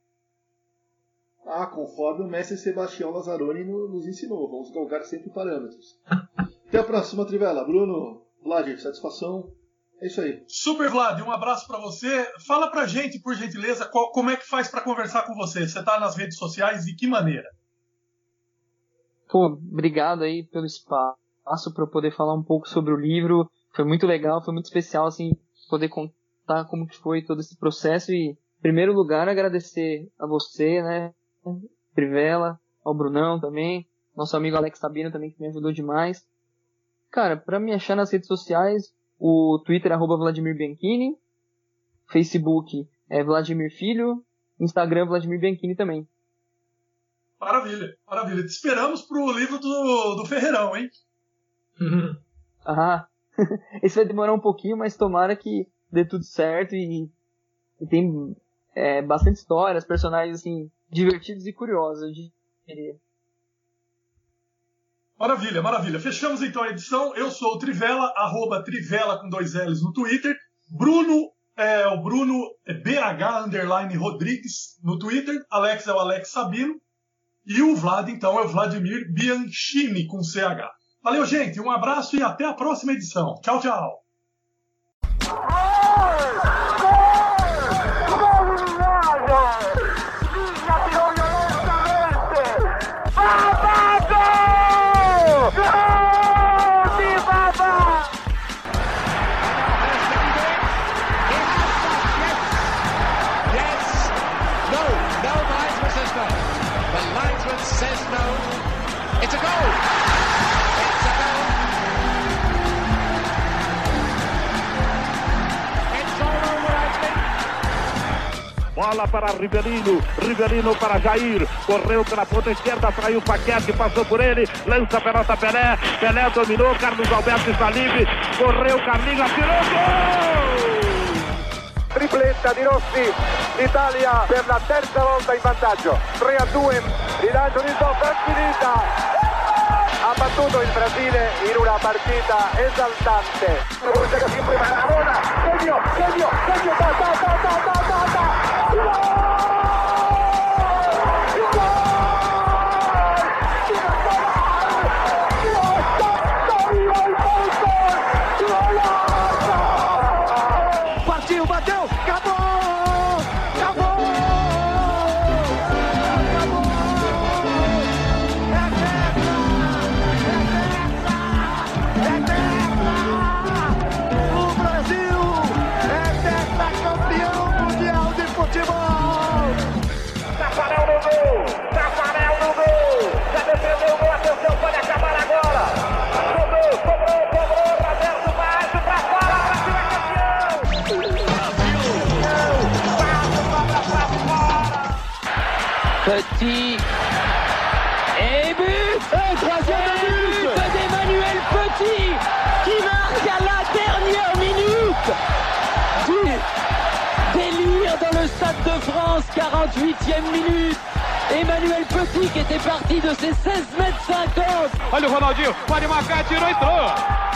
[SPEAKER 4] Ah, conforme o mestre Sebastião Lazzaroni nos ensinou, vamos galgar sempre parâmetros. Até a próxima, Trivela. Bruno, Vlad, satisfação. É isso aí.
[SPEAKER 3] Super, Vlad, um abraço pra você. Fala pra gente, por gentileza, qual, como é que faz pra conversar com você? Você tá nas redes sociais, de que maneira?
[SPEAKER 6] Pô, obrigado aí pelo espaço pra eu poder falar um pouco sobre o livro. Foi muito legal, foi muito especial, assim, poder contar como que foi todo esse processo e, em primeiro lugar, agradecer a você, né, Trivela, ao Brunão também, nosso amigo Alex Sabino também, que me ajudou demais. Cara, pra me achar nas redes sociais, o Twitter é arroba Vladimir Bianchini, Facebook é Vladimir Filho, Instagram Vladimir Bianchini também.
[SPEAKER 3] Maravilha, maravilha. Te esperamos pro livro do, do Ferreirão, hein?
[SPEAKER 6] Ah, esse vai demorar um pouquinho, mas tomara que dê tudo certo e, e tem é, bastante histórias, personagens assim divertidos e curiosos, eu diria.
[SPEAKER 3] Maravilha, maravilha. Fechamos então a edição. Eu sou o Trivela, arroba Trivela com dois L's no Twitter. Bruno é o Bruno é B H underline Rodrigues no Twitter. Alex é o Alex Sabino. E o Vlad, então, é o Vladimir Bianchini com C H. Valeu, gente. Um abraço e até a próxima edição. Tchau, tchau.
[SPEAKER 7] Says no. It's a goal. It's a goal. It's all over, I think.
[SPEAKER 2] Bola para Rivelino, Rivelino para Jair, correu pela ponta esquerda, traiu o Paquete, passou por ele, lança a pelota Pelé, Pelé dominou, Carlos Alberto está livre, correu, Carlinhos, atirou, gol! Tripletta di Rossi, l'Italia per la terza volta in vantaggio, tre a due, rilancio di Zoff, è finita!
[SPEAKER 8] ha battuto il Brasile in una partita esaltante. Busca siempre Maradona, genio, genio, genio, ta, ta, ta, ta, ta, ta, ta. ¡Gol! Partiu, bateu, acabou! Acabou! Acabou! É tetra! É tetra! É tetra! O Brasil é tetracampeão mundial de futebol! Tafarel no gol! Tafarel no gol! Já defendeu o gol, atenção, pode acabar agora! Cobrou, cobrou, cobrou, Roberto Baixo pra fora, Brasil é campeão!
[SPEAKER 7] Petit et but, et troisième but d'Emmanuel Petit qui marque à la dernière minute du délire dans le Stade de France, quarante-huitième minute. Emmanuel Petit qui était parti de ses seize mètres cinquante.
[SPEAKER 9] Olha o Ronaldinho, pode marcar, tirou, entrou.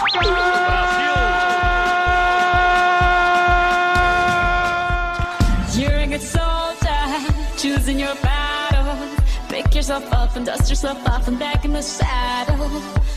[SPEAKER 10] You're a good soldier, choosing your battle. Pick yourself up and dust yourself off and back in the saddle.